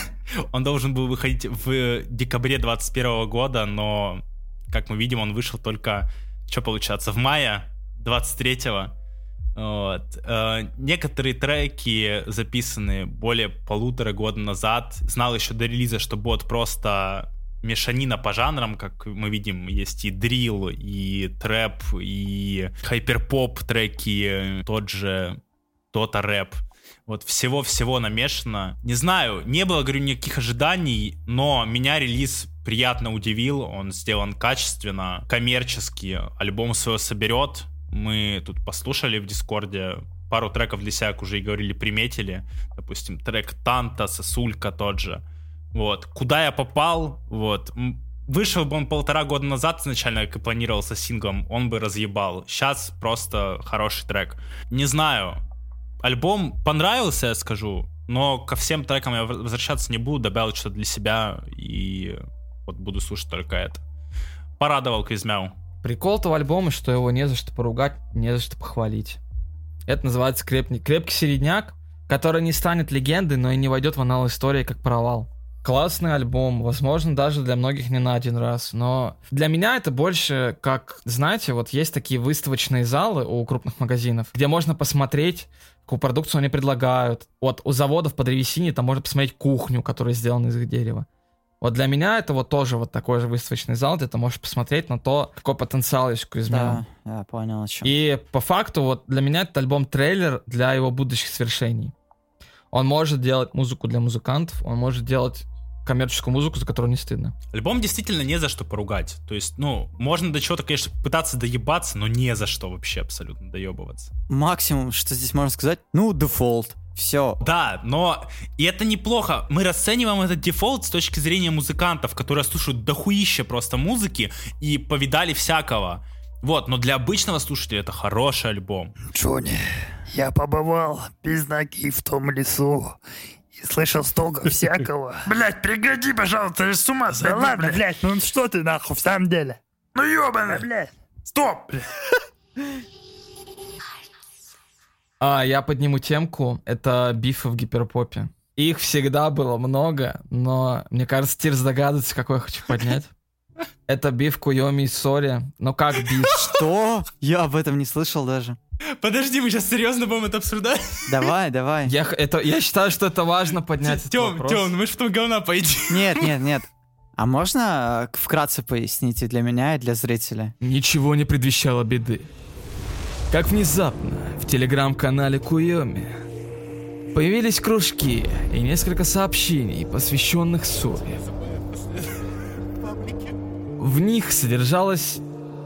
Он должен был выходить в декабре двадцать первого года, но, как мы видим, он вышел только, что получается, в мае двадцать третьего. Вот. Э, некоторые треки записаны более полутора года назад. Знал еще до релиза, что будет просто мешанина по жанрам, как мы видим, есть и дрилл, и трэп, и хайперпоп треки, тот же Тота рэп. Вот всего-всего намешано. Не знаю, не было, говорю, никаких ожиданий, но меня релиз приятно удивил. Он сделан качественно, коммерчески. Альбом свое соберет. Мы тут послушали в Дискорде пару треков для себя, как уже и говорили, приметили. Допустим, трек Танта, Сосулька тот же. Вот. Куда я попал? Вот. Вышел бы он полтора года назад изначально, как и планировался синглом, он бы разъебал. Сейчас просто хороший трек. Не знаю. Альбом понравился, я скажу, но ко всем трекам я возвращаться не буду, добавил что-то для себя и вот буду слушать только это. Порадовал Квизмяу. Прикол того альбома, что его не за что поругать, не за что похвалить. Это называется крепкий, крепкий середняк, который не станет легендой, но и не войдет в анналы истории как провал. Классный альбом, возможно, даже для многих не на один раз, но для меня это больше как, знаете, вот есть такие выставочные залы у крупных магазинов, где можно посмотреть, какую продукцию они предлагают. Вот у заводов по древесине там можно посмотреть кухню, которая сделана из их дерева. Вот для меня это вот тоже вот такой же выставочный зал, где ты можешь посмотреть на то, какой потенциал есть у Квизмяу. Да, я понял, о чем. И по факту вот для меня этот альбом трейлер для его будущих свершений. Он может делать музыку для музыкантов, он может делать коммерческую музыку, за которую не стыдно. Альбом действительно не за что поругать. То есть, ну, можно до чего-то, конечно, пытаться доебаться, но не за что вообще абсолютно доебываться. Максимум, что здесь можно сказать, ну, дефолт. Все. Да, но и это неплохо. Мы расцениваем этот дефолт с точки зрения музыкантов, которые слушают дохуище просто музыки и повидали всякого. Вот, но для обычного слушателя это хороший альбом. Джонни, Я побывал без ноги в том лесу и слышал столько всякого. Блять, прекрати, пожалуйста, ты с ума сойди. Да ладно, блять, ну что ты нахуй в самом деле? Ну ёбаный, блять. Стоп! А, я подниму темку. Это бифы в гиперпопе. Их всегда было много, но мне кажется, Тирс догадывается, какой я хочу поднять. Это биф Куйоми и Сори. Но как биф? Что? Я об этом не слышал даже. Подожди, мы сейчас серьезно будем это обсуждать? Давай, давай. Я, это, я считаю, что это важно поднять этот Тём, вопрос. Тём, мы ж в том говна пойдем. Нет, нет, нет. А можно э, вкратце пояснить и для меня, и для зрителя? Ничего не предвещало беды. Как внезапно в телеграм-канале Куйоми появились кружки и несколько сообщений, посвященных Сори. В них содержалось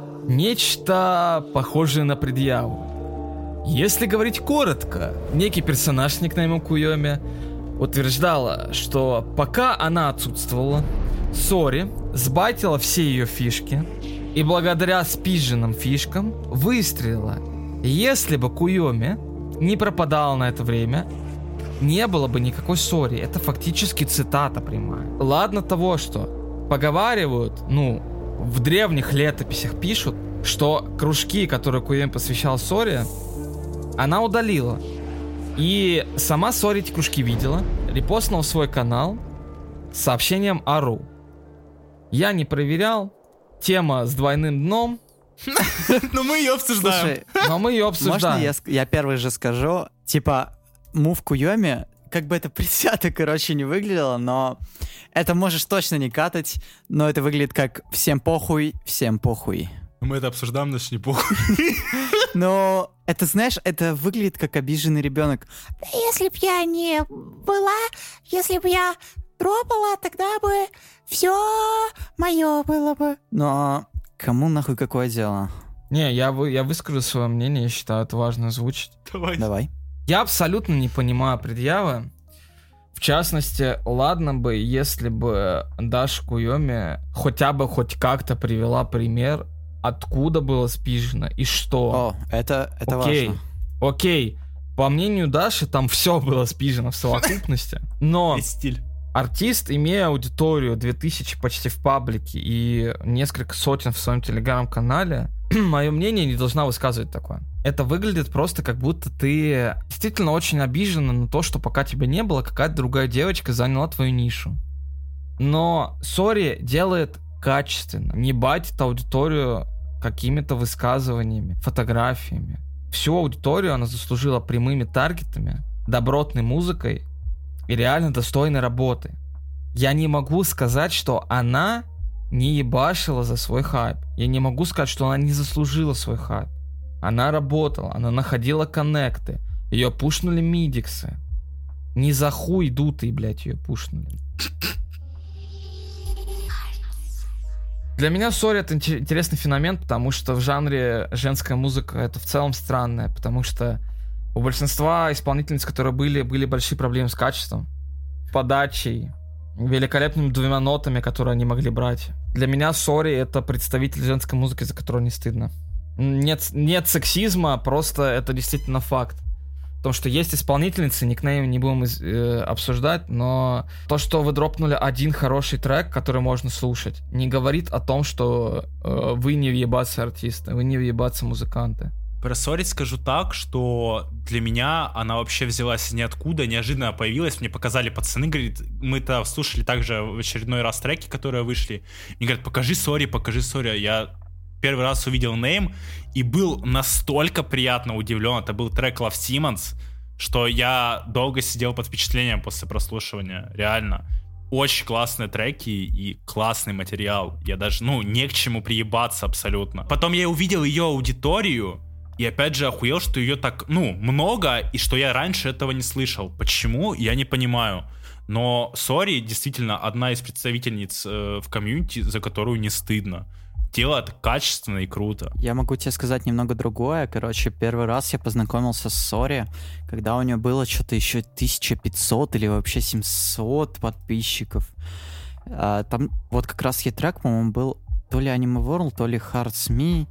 нечто похожее на предъяву. Если говорить коротко, некий персонаж с никнеймом Куйоми утверждала, что пока она отсутствовала, Сори сбайтила все ее фишки и благодаря спизженным фишкам выстрелила. Если бы Куйоми не пропадала на это время, не было бы никакой Сори. Это фактически цитата прямая. Ладно того, что поговаривают, ну, в древних летописях пишут, что кружки, которые Куйоми посвящал Сори, она удалила. И сама Сори эти кружки видела, репостнула в свой канал с сообщением «Ару». Я не проверял. Тема с двойным дном. Но мы ее обсуждаем. Слушай, Но мы ее можно обсуждаем. я, ск- я первый же скажу? Типа, мув Куйоми, как бы это предвзято, короче, не выглядело, но это можешь точно не катать, но это выглядит как «всем похуй, всем похуй». Мы это обсуждаем, значит, не похуй. Но это, знаешь, это выглядит как обиженный ребенок. Если б я не была, если бы я дропала, тогда бы все мое было бы. Но кому нахуй какое дело? Не, я, вы, я выскажу свое мнение, я считаю, это важно озвучить. Давай. Давай. Я абсолютно не понимаю предъявы. В частности, ладно бы, если бы Даша Куйоми хотя бы хоть как-то привела пример, откуда было спижено и что. О, это, это Окей, важно. окей. По мнению Даши, там все было спижено в совокупности. Но Весь стиль. артист, имея аудиторию две тысячи почти в паблике и несколько сотен в своем телеграм-канале, мое мнение не должна высказывать такое. Это выглядит просто как будто ты действительно очень обижена на то, что пока тебя не было, какая-то другая девочка заняла твою нишу. Но Сори делает качественно, не батит аудиторию какими-то высказываниями, фотографиями. Всю аудиторию она заслужила прямыми таргетами, добротной музыкой и реально достойной работы. Я не могу сказать, что она не ебашила за свой хайп. Я не могу сказать, что она не заслужила свой хайп. Она работала, она находила коннекты, ее пушнули мидиксы. Не за хуй дутый, блядь, ее пушнули. Для меня Сори это интересный феномен, потому что в жанре женская музыка это в целом странная, потому что у большинства исполнительниц, которые были, были большие проблемы с качеством, подачей, великолепными двумя нотами, которые они могли брать. Для меня Сори это представитель женской музыки, за которую не стыдно. Нет, нет сексизма, просто это действительно факт. Потому что есть исполнительницы, никнейм не будем из, э, обсуждать, но то, что вы дропнули один хороший трек, который можно слушать, не говорит о том, что э, вы не въебаться артисты, вы не въебаться музыканты. Про Сори скажу так, что для меня она вообще взялась из ниоткуда, неожиданно появилась, мне показали пацаны, говорит, мы-то слушали также в очередной раз треки, которые вышли, мне говорят, покажи Сори, покажи Сори, я первый раз увидел нейм и был настолько приятно удивлен, это был трек Love Simmons, что я долго сидел под впечатлением после прослушивания, реально. Очень классные треки и классный материал, я даже, ну, не к чему приебаться абсолютно. Потом я увидел ее аудиторию, и опять же охуел, что ее так, ну, много, и что я раньше этого не слышал. Почему? Я не понимаю. Но Сори действительно одна из представительниц э, в комьюнити, за которую не стыдно. Делает качественно и круто. Я могу тебе сказать немного другое. Короче, первый раз я познакомился с Сори, когда у нее было что-то еще тысяча пятьсот или вообще семьсот подписчиков. А, там вот как раз ей трек, по-моему, был то ли Anime World, то ли Hearts Me.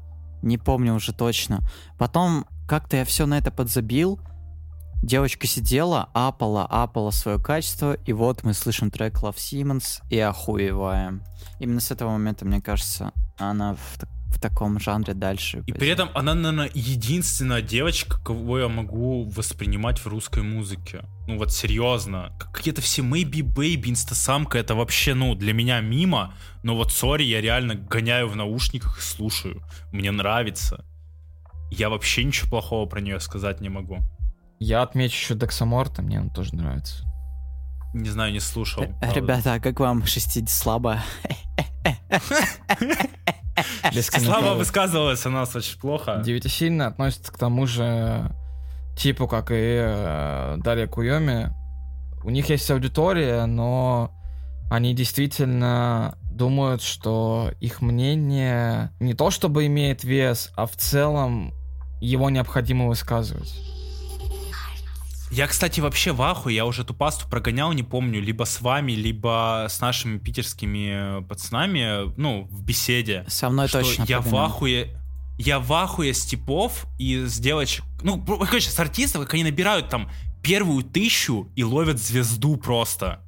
Не помню уже точно. Потом как-то я все на это подзабил. Девочка сидела, апала, апала свое качество, и вот мы слышим трек Love Simmons и охуеваем. Именно с этого момента, мне кажется, она в, в таком жанре дальше. И при этом она, наверное, единственная девочка, кого я могу воспринимать в русской музыке. Ну вот серьезно. Какие-то все Maybe Baby, Инстасамка, это вообще, ну, для меня мимо. Но вот, сори, я реально гоняю в наушниках и слушаю. Мне нравится. Я вообще ничего плохого про нее сказать не могу. Я отмечу еще Дексаморта, мне он тоже нравится. Не знаю, не слушал. Э, Ребята, а как вам шестидесятая слабо? Слава высказывалась о нас очень плохо. Девятисильно относится к тому же типу, как и э, Дарья Куйоми. У них есть аудитория, но они действительно думают, что их мнение не то чтобы имеет вес, а в целом его необходимо высказывать. Я, кстати, вообще в ахуе, я уже эту пасту прогонял, не помню, либо с вами, либо с нашими питерскими пацанами, ну, в беседе. Со мной что точно я прогонял. в ахуе, я в ахуе с типов и с девочек, ну, короче, с артистов, как они набирают там первую тысячу и ловят звезду просто.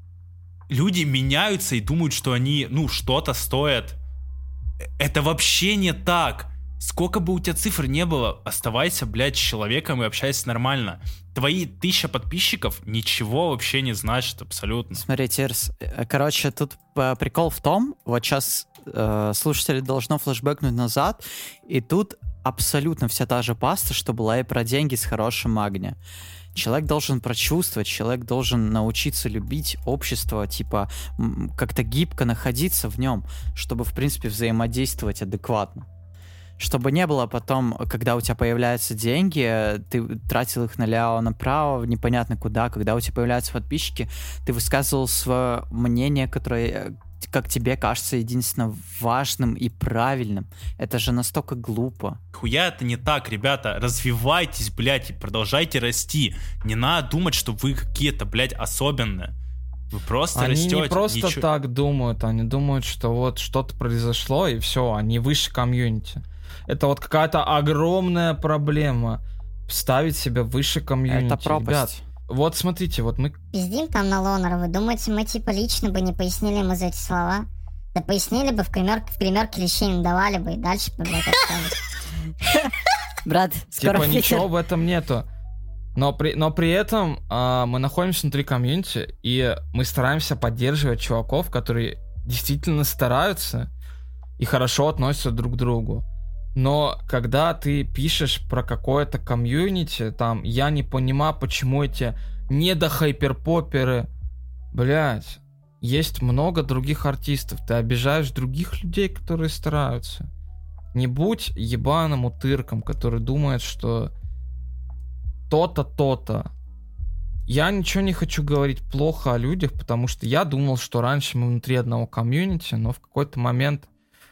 Люди меняются и думают, что они, ну, что-то стоят. Это вообще не так. Сколько бы у тебя цифр не было, оставайся, блядь, с человеком и общайся нормально. Твои тысяча подписчиков ничего вообще не значит абсолютно. Смотри, Тирс, э, короче, тут э, прикол в том, вот сейчас э, слушатели должно флешбэкнуть назад, и тут абсолютно вся та же паста, что была и про деньги с хорошим магния. Человек должен прочувствовать, человек должен научиться любить общество, типа м, как-то гибко находиться в нем, чтобы, в принципе, взаимодействовать адекватно. Чтобы не было потом, когда у тебя появляются деньги, ты тратил их налево-направо, непонятно куда, когда у тебя появляются подписчики, ты высказывал свое мнение, которое, как тебе кажется, единственно важным и правильным. Это же настолько глупо. Хуя это не так, ребята. Развивайтесь, блядь, и продолжайте расти. Не надо думать, что вы какие-то, блядь, особенные. Вы просто они растете. не просто ничего... так думают, они думают, что вот что-то произошло, и все, они выше комьюнити. Это вот какая-то огромная проблема. Ставить себя выше комьюнити. Это пропасть. Ребят, вот смотрите, вот мы... Пиздим там на Лонера, вы думаете, мы типа лично бы не пояснили ему за эти слова? Да пояснили бы, в гримерке, в гримерке лещей давали бы и дальше бы, блядь, общались. Брат, скоро Типа Питер. ничего в этом нету. Но при, но при этом а, мы находимся внутри комьюнити, и мы стараемся поддерживать чуваков, которые действительно стараются и хорошо относятся друг к другу. Но когда ты пишешь про какое-то комьюнити, там, я не понимаю, почему эти недохайперпоперы, блять, есть много других артистов, ты обижаешь других людей, которые стараются. Не будь ебаным утырком, который думает, что то-то, то-то. Я ничего не хочу говорить плохо о людях, потому что я думал, что раньше мы внутри одного комьюнити, но в какой-то момент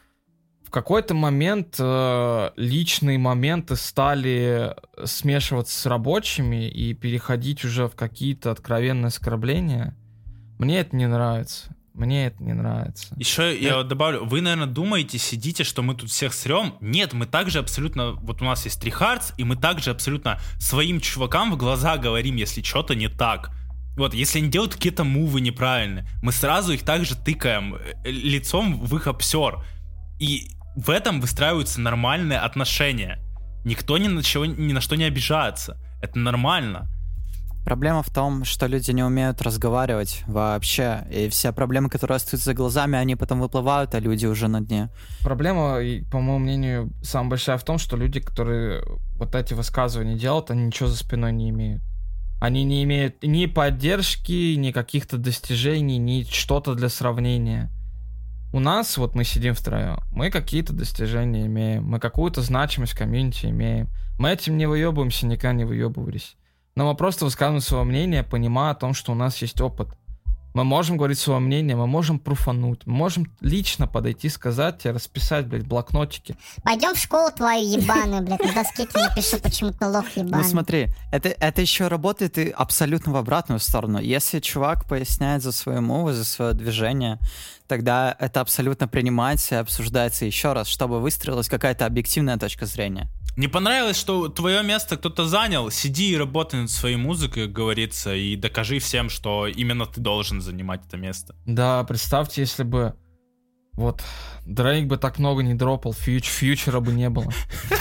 в какой-то момент э, личные моменты стали смешиваться с рабочими и переходить уже в какие-то откровенные оскорбления. Мне это не нравится. Мне это не нравится. Еще я вот добавлю, вы, наверное, думаете, сидите, что мы тут всех срем. Нет, мы также абсолютно, вот у нас есть три Hearts, и мы также абсолютно своим чувакам в глаза говорим, если что-то не так. Вот, если они делают какие-то мувы неправильные, мы сразу их также тыкаем лицом в их обсер. И в этом выстраиваются нормальные отношения. Никто ни на, чего, ни на что не обижается. Это нормально. Проблема в том, что люди не умеют разговаривать вообще. И все проблемы, которые остаются за глазами, они потом выплывают, а люди уже на дне. Проблема, по моему мнению, самая большая в том, что люди, которые вот эти высказывания делают, они ничего за спиной не имеют. Они не имеют ни поддержки, ни каких-то достижений, ни что-то для сравнения. У нас, вот мы сидим втроем, мы какие-то достижения имеем, мы какую-то значимость в комьюнити имеем. Мы этим не выебываемся, никогда не выебывались. Но мы просто высказываем свое мнение, понимая о том, что у нас есть опыт. Мы можем говорить свое мнение, мы можем пруфануть, мы можем лично подойти, сказать тебе, расписать, блядь, блокнотики. Пойдем в школу твою ебаную, блядь, на доске тебе напишу, почему ты лох ебаный. Ну смотри, это, это еще работает и абсолютно в обратную сторону. Если чувак поясняет за свою мову, за свое движение, тогда это абсолютно принимается и обсуждается еще раз, чтобы выстроилась какая-то объективная точка зрения. Не понравилось, что твое место кто-то занял? Сиди и работай над своей музыкой, как говорится, и докажи всем, что именно ты должен занимать это место. Да, представьте, если бы вот Дрейк бы так много не дропал, фьюч, фьючера бы не было.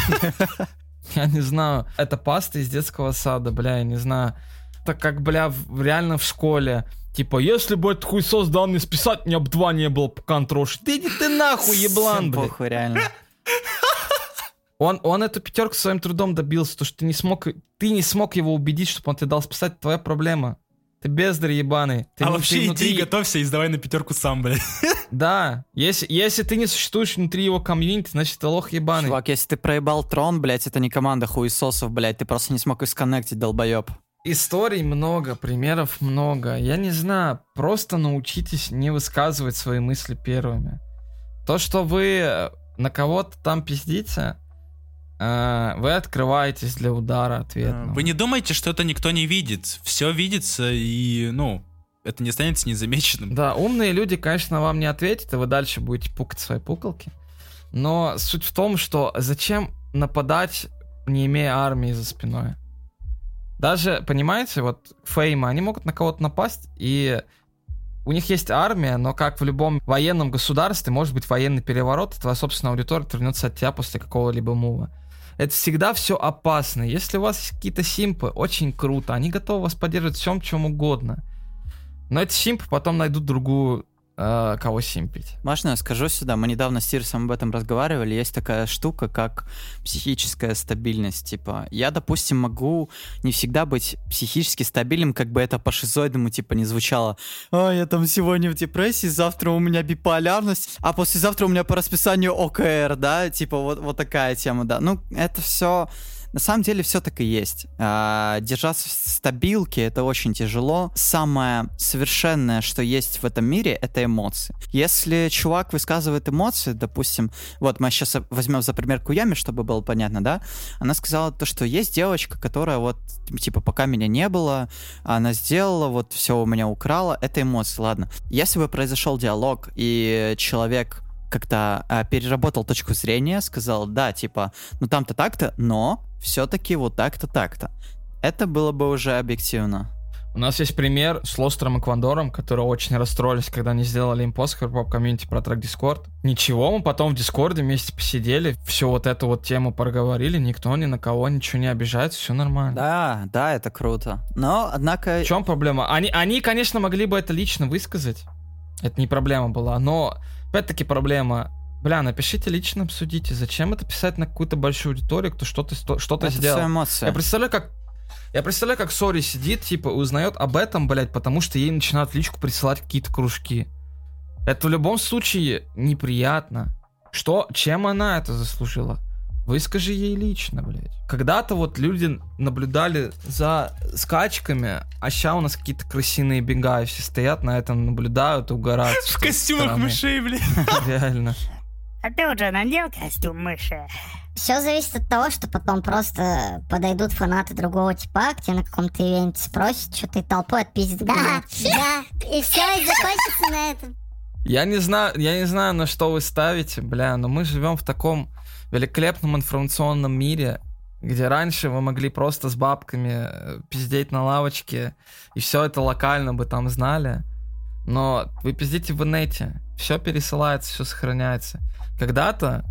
Я не знаю. Это паста из детского сада, бля, я не знаю. Так как, бля, в, реально в школе. Типа, если бы этот хуесос дал мне списать, меня бы два не было, пока он трошит. Да иди ты нахуй, еблан, блядь. Похуй, реально. Он, он эту пятерку своим трудом добился, то что ты не смог, ты не смог его убедить, чтобы он тебе дал списать, твоя проблема. Ты бездарь ебаный. Ты а не- вообще ты иди внутри- и готовься и сдавай на пятерку сам, блядь. Да, если, если ты не существуешь внутри его комьюнити, значит ты лох ебаный. Чувак, если ты проебал трон, блядь, это не команда хуесосов, блядь, ты просто не смог их сконнектить, долбоеб. Историй много, примеров много. Я не знаю, просто научитесь не высказывать свои мысли первыми. То, что вы на кого-то там пиздите, э, вы открываетесь для удара ответного. Вы не думайте, что это никто не видит. Все видится, и, ну, это не останется незамеченным. Да, умные люди, конечно, вам не ответят, и вы дальше будете пукать свои пукалки. Но суть в том, что зачем нападать, не имея армии за спиной? Даже, понимаете, вот феймы, они могут на кого-то напасть, и у них есть армия, но как в любом военном государстве может быть военный переворот, и твоя собственная аудитория вернется от тебя после какого-либо мува. Это всегда все опасно. Если у вас есть какие-то симпы, очень круто, они готовы вас поддерживать в всем, чем угодно. Но эти симпы потом найдут другую, э, кого симпить. Можно я скажу сюда? Мы недавно с Тирсом об этом разговаривали. Есть такая штука, как психическая стабильность. Типа, я, допустим, могу не всегда быть психически стабильным, как бы это по-шизоидному, типа, не звучало. А, я там сегодня в депрессии, завтра у меня биполярность, а послезавтра у меня по расписанию ОКР, да? Типа, вот, вот такая тема, да. Ну, это все... На самом деле все так и есть. А, держаться в стабилке — это очень тяжело. Самое совершенное, что есть в этом мире, это эмоции. Если чувак высказывает эмоции, допустим, вот мы сейчас возьмем за пример Куями, чтобы было понятно, да? Она сказала то, что есть девочка, которая вот, типа, пока меня не было, она сделала, вот все у меня украла, это эмоции, ладно. Если бы произошел диалог, и человек как-то а, переработал точку зрения, сказал, да, типа, ну там-то так-то, но все-таки вот так-то, так-то. Это было бы уже объективно. У нас есть пример с Лостером и Квандором, которые очень расстроились, когда они сделали им пост в хип-хоп комьюнити про трек Discord. Ничего, мы потом в Дискорде вместе посидели, всю вот эту вот тему проговорили, никто ни на кого ничего не обижается, все нормально. Да, да, это круто. Но, однако... В чем проблема? Они, они, конечно, могли бы это лично высказать. Это не проблема была, но опять-таки проблема. Бля, напишите лично, обсудите. Зачем это писать на какую-то большую аудиторию, кто что-то, что-то это сделал? все эмоции. Я представляю, как Я представляю, как Сори сидит, типа, и узнает об этом, блядь, потому что ей начинают в личку присылать какие-то кружки. Это в любом случае неприятно. Что, чем она это заслужила? Выскажи ей лично, блядь. Когда-то вот люди наблюдали за скачками, а ща у нас какие-то крысиные бега, все стоят на этом, наблюдают и угорают. В костюмах мышей, блядь. Реально. А ты уже надел костюм мыши? Все зависит от того, что потом просто подойдут фанаты другого типа, к тебе на каком-то ивенте спросят, что ты толпой отпиздит. Да, да, и все, и закончится на этом. Я не знаю, я не знаю, на что вы ставите, бля, но мы живем в таком великолепном информационном мире, где раньше вы могли просто с бабками пиздеть на лавочке, и все это локально бы там знали. Но вы пиздите в инете, все пересылается, все сохраняется. Когда-то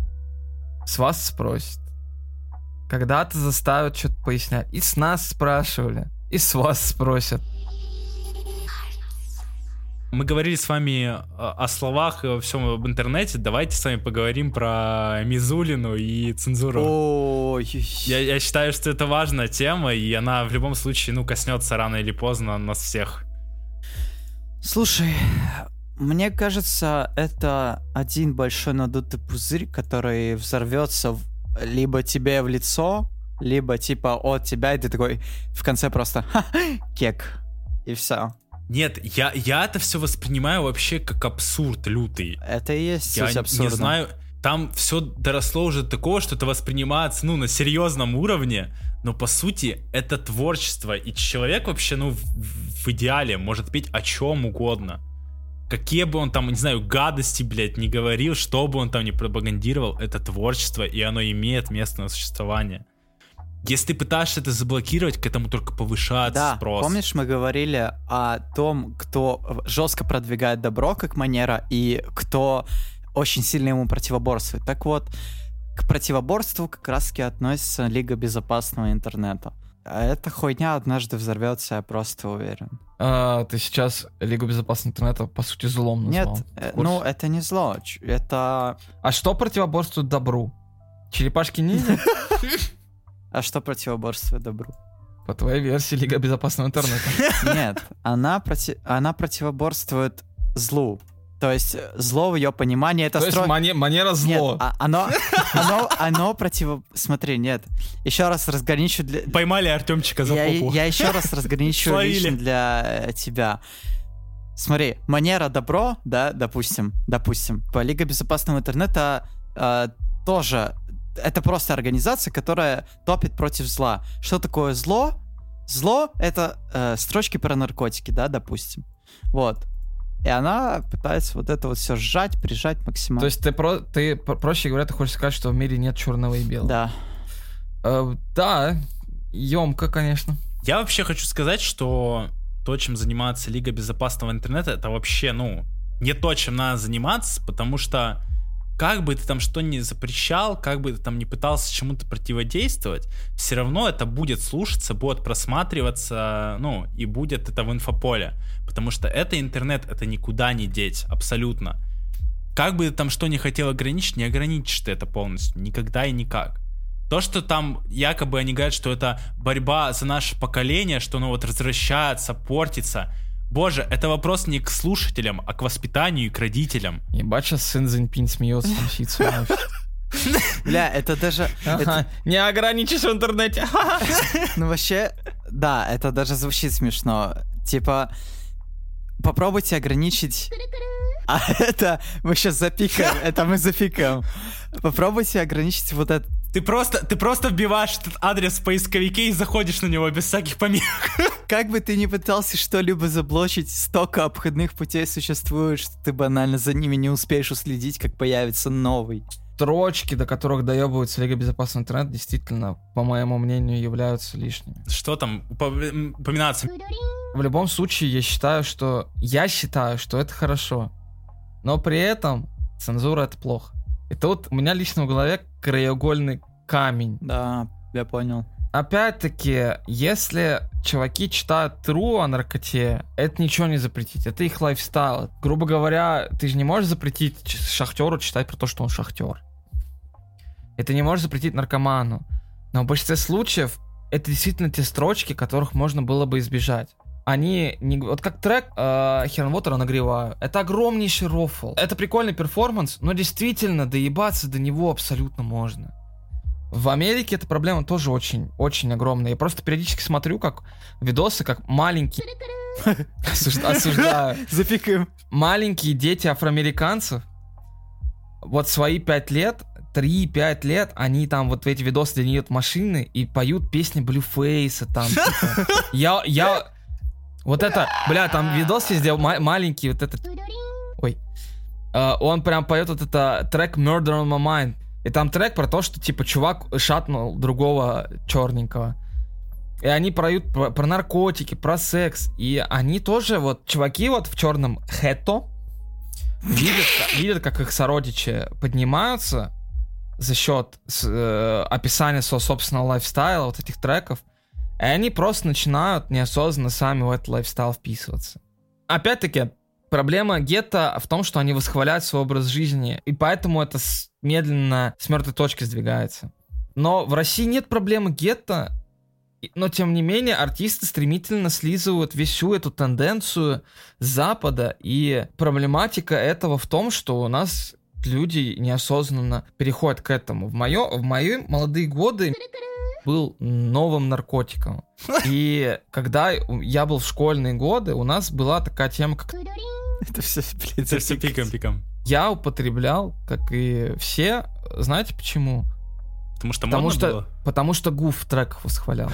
с вас спросят, когда-то заставят что-то пояснять. И с нас спрашивали, и с вас спросят. Мы говорили с вами о словах и во всем об интернете. Давайте с вами поговорим про Мизулину и цензуру. Ой. Я, я считаю, что это важная тема, и она в любом случае, ну, коснется рано или поздно нас всех. Слушай, мне кажется, это один большой надутый пузырь, который взорвется в- либо тебе в лицо, либо типа от тебя, и ты такой в конце просто «Ха, кек», и все. Нет, я, я это все воспринимаю вообще как абсурд лютый. Это и есть Я суть не абсурда. знаю, там все доросло уже до такого, что это воспринимается, ну, на серьезном уровне, но по сути это творчество, и человек вообще, ну, в, в идеале может петь о чем угодно. Какие бы он там, не знаю, гадости, блядь, не говорил, что бы он там не пропагандировал, это творчество, и оно имеет место на существование. Если ты пытаешься это заблокировать, к этому только повышается Да, спрос. помнишь, мы говорили о том, кто жестко продвигает добро, как манера, и кто очень сильно ему противоборствует. Так вот, к противоборству как раз-таки относится Лига безопасного интернета. А эта хуйня однажды взорвется, я просто уверен. А, ты сейчас Лигу безопасного интернета, по сути, злом назвал. Нет, э, ну это не зло, ч- это... А что противоборствует добру? Черепашки-ниндзя? А что противоборствует добру? По твоей версии Лига безопасного интернета. Нет, она, проти... она противоборствует злу. То есть зло в ее понимании это То есть стро- мане- манера зло. Нет, а- оно, оно, оно противо... Смотри, нет. Еще раз разграничу для... Поймали Артемчика за Я, попу. я еще раз разграничу Словили. лично для э, тебя. Смотри, манера добро, да, допустим, допустим, по Лига безопасного интернета э, тоже это просто организация, которая топит против зла. Что такое зло? Зло — это э, строчки про наркотики, да, допустим. Вот. И она пытается вот это вот все сжать, прижать максимально. То есть ты, про, ты про- проще говоря, ты хочешь сказать, что в мире нет черного и белого. Да. Э, да, емко, конечно. Я вообще хочу сказать, что то, чем занимается Лига безопасного интернета, это вообще, ну, не то, чем надо заниматься, потому что как бы ты там что ни запрещал, как бы ты там не пытался чему-то противодействовать, все равно это будет слушаться, будет просматриваться, ну, и будет это в инфополе. Потому что это интернет, это никуда не деть, абсолютно. Как бы ты там что ни хотел ограничить, не ограничишь ты это полностью, никогда и никак. То, что там якобы они говорят, что это борьба за наше поколение, что оно вот возвращается, портится. Боже, это вопрос не к слушателям, а к воспитанию и к родителям. Ебать, сейчас сын Цзиньпинь смеется, там сидит с вами. Бля, это даже... это- Ага, не ограничишь в интернете. Ну вообще, да, это даже звучит смешно. Типа, попробуйте ограничить... А это мы сейчас запикаем, это мы запикаем. Попробуйте ограничить вот это. Ты просто, ты просто вбиваешь этот адрес в поисковике и заходишь на него без всяких помех. Как бы ты ни пытался что-либо заблочить, столько обходных путей существует, что ты банально за ними не успеешь уследить, как появится новый. Строчки, до которых доебывается Лига безопасного интернета, действительно, по моему мнению, являются лишними. Что там упом- упоминаться? В любом случае, я считаю, что... Я считаю, что это хорошо. Но при этом цензура — это плохо. И тут у меня лично в голове краеугольный камень. Да, я понял. Опять-таки, если чуваки читают тру о наркоте, это ничего не запретить, это их лайфстайл. Грубо говоря, ты же не можешь запретить ч- шахтеру читать про то, что он шахтер. И ты не можешь запретить наркоману. Но в большинстве случаев это действительно те строчки, которых можно было бы избежать. Они не... Вот как трек э, Хернвотера «Нагреваю». Это огромнейший рофл. Это прикольный перформанс, но действительно доебаться до него абсолютно можно. В Америке эта проблема тоже очень, очень огромная. Я просто периодически смотрю, как видосы, как маленькие... Осужда- Осуждаю. Запикаем. Маленькие дети афроамериканцев, вот свои пять лет, три-пять лет, они там вот в эти видосы, где они едут в машины и поют песни Блюфейса там. типа. Я, я... Вот это, бля, там видос есть, где ма- маленький вот этот... Ой. Э, он прям поет вот это трек Murder on My Mind. И там трек про то, что типа чувак шатнул другого черненького. И они поют про, про наркотики, про секс. И они тоже, вот, чуваки вот в черном хэтто видят, видят, как их сородичи поднимаются за счет с, э, описания своего собственного лайфстайла, вот этих треков. И они просто начинают неосознанно сами в этот лайфстайл вписываться. Опять-таки, проблема гетто в том, что они восхваляют свой образ жизни, и поэтому это с- медленно с мертвой точки сдвигается. Но в России нет проблемы гетто, и- но тем не менее артисты стремительно слизывают всю эту тенденцию с Запада, и проблематика этого в том, что у нас люди неосознанно переходят к этому. В, моё, в мои молодые годы был новым наркотиком. И когда я был в школьные годы, у нас была такая тема, как... Это все, блин, Это все пиком-пиком. Я употреблял, как и все. Знаете почему? Потому что Потому модно что, было? потому что Гуф в треках восхвалял.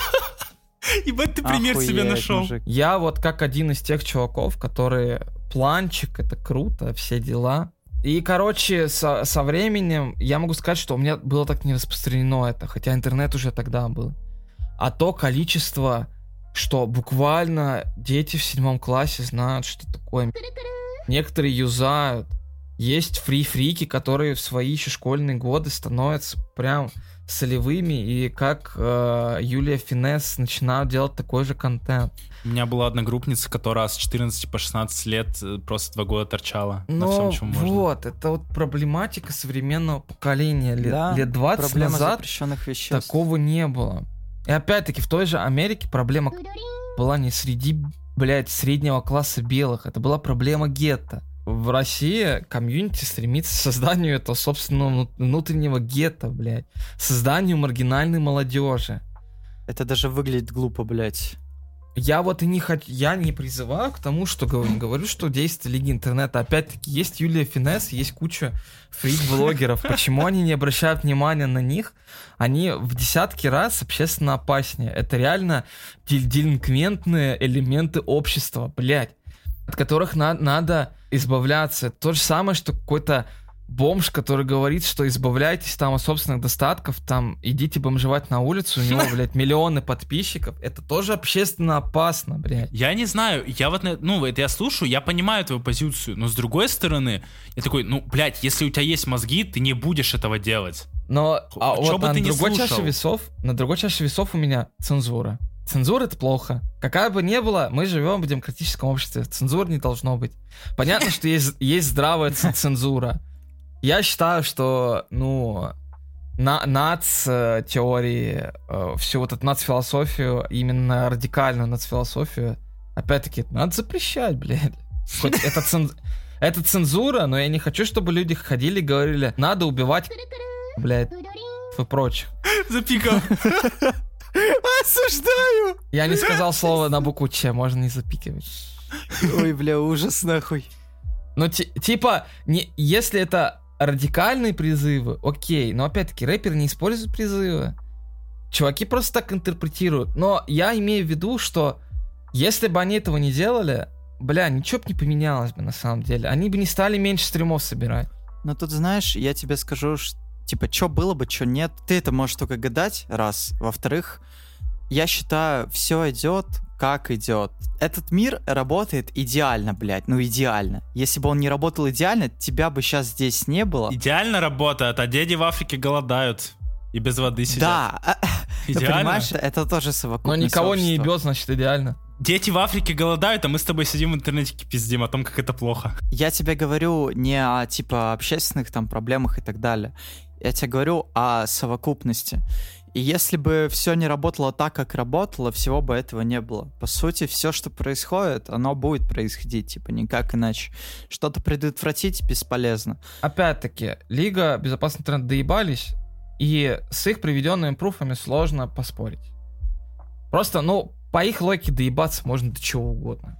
Ебать, ты пример себе Охуеть, нашел. мужик. Я вот как один из тех чуваков, которые планчик, это круто, все дела. И, короче, со, со временем я могу сказать, что у меня было так не распространено это, хотя интернет уже тогда был. А то количество, что буквально дети в седьмом классе знают, что такое. Некоторые юзают. Есть фри-фрики, которые в свои еще школьные годы становятся прям солевыми, и как э, Юлия Финес начинают делать такой же контент. У меня была одногруппница, которая с четырнадцати по шестнадцать лет э, просто два года торчала на Но всем, чем можно. вот, это вот проблематика современного поколения. Лет, Да, лет двадцать проблема назад запрещенных веществ. такого не было. И опять-таки в той же Америке проблема была не среди, блядь, среднего класса белых, это была проблема гетто. В России комьюнити стремится к созданию этого собственного внутреннего гетто, блядь. Созданию маргинальной молодежи. Это даже выглядит глупо, блядь. Я вот и не хочу, я не призываю к тому, что говорю, говорю, что действие Лиги Интернета. Опять-таки, есть Юлия Финес, есть куча фрик-блогеров. Почему они не обращают внимания на них? Они в десятки раз общественно опаснее. Это реально дел- делинквентные элементы общества, блядь, от которых на- надо избавляться. Это то же самое, что какой-то бомж, который говорит, что избавляйтесь там от собственных достатков, там, идите бомжевать на улицу, у него, блядь, миллионы подписчиков. Это тоже общественно опасно, блядь. Я не знаю, я вот, на- ну, это я слушаю, я понимаю твою позицию, но с другой стороны, я такой, ну, блядь, если у тебя есть мозги, ты не будешь этого делать. Но а Чё вот бы на ты не другой слушал? чаше весов, на другой чаше весов у меня цензура. Цензура — это плохо. Какая бы ни была, мы живем в демократическом обществе. Цензуры не должно быть. Понятно, что есть, есть здравая ц- цензура. Я считаю, что, ну, на, нац-теории, э, всю вот эту нац-философию, именно радикальную нац-философию, опять-таки, надо запрещать, блядь. Хоть это, цен- это цензура, но я не хочу, чтобы люди ходили и говорили, надо убивать, блядь, и прочих. Запикал. Осуждаю! Я не сказал слово на букву Ч, можно не запикивать. Ой, бля, ужас нахуй. Ну, ти- типа, не, если это радикальные призывы, окей, но опять-таки рэперы не используют призывы. Чуваки просто так интерпретируют. Но я имею в виду, что если бы они этого не делали, бля, ничего бы не поменялось бы на самом деле. Они бы не стали меньше стримов собирать. Но тут, знаешь, я тебе скажу, что, типа, что было бы, что нет. Ты это можешь только гадать, раз. Во-вторых, я считаю, все идет, как идет. Этот мир работает идеально, блядь, ну идеально. Если бы он не работал идеально, тебя бы сейчас здесь не было. Идеально работает, а дети в Африке голодают и без воды сидят. Да, а- но Идеально. понимаешь, это тоже Но совокупность никого не общества. ебет, значит, идеально. Дети в Африке голодают, а мы с тобой сидим в интернете пиздим о том, как это плохо. Я тебе говорю не о, типа, общественных там проблемах и так далее. Я тебе говорю о совокупности. И если бы все не работало так, как работало, всего бы этого не было. По сути, все, что происходит, оно будет происходить, типа, никак иначе. Что-то предотвратить бесполезно. Опять-таки, Лига безопасного интернета доебались, и с их приведенными пруфами сложно поспорить. Просто, ну, по их логике доебаться можно до чего угодно.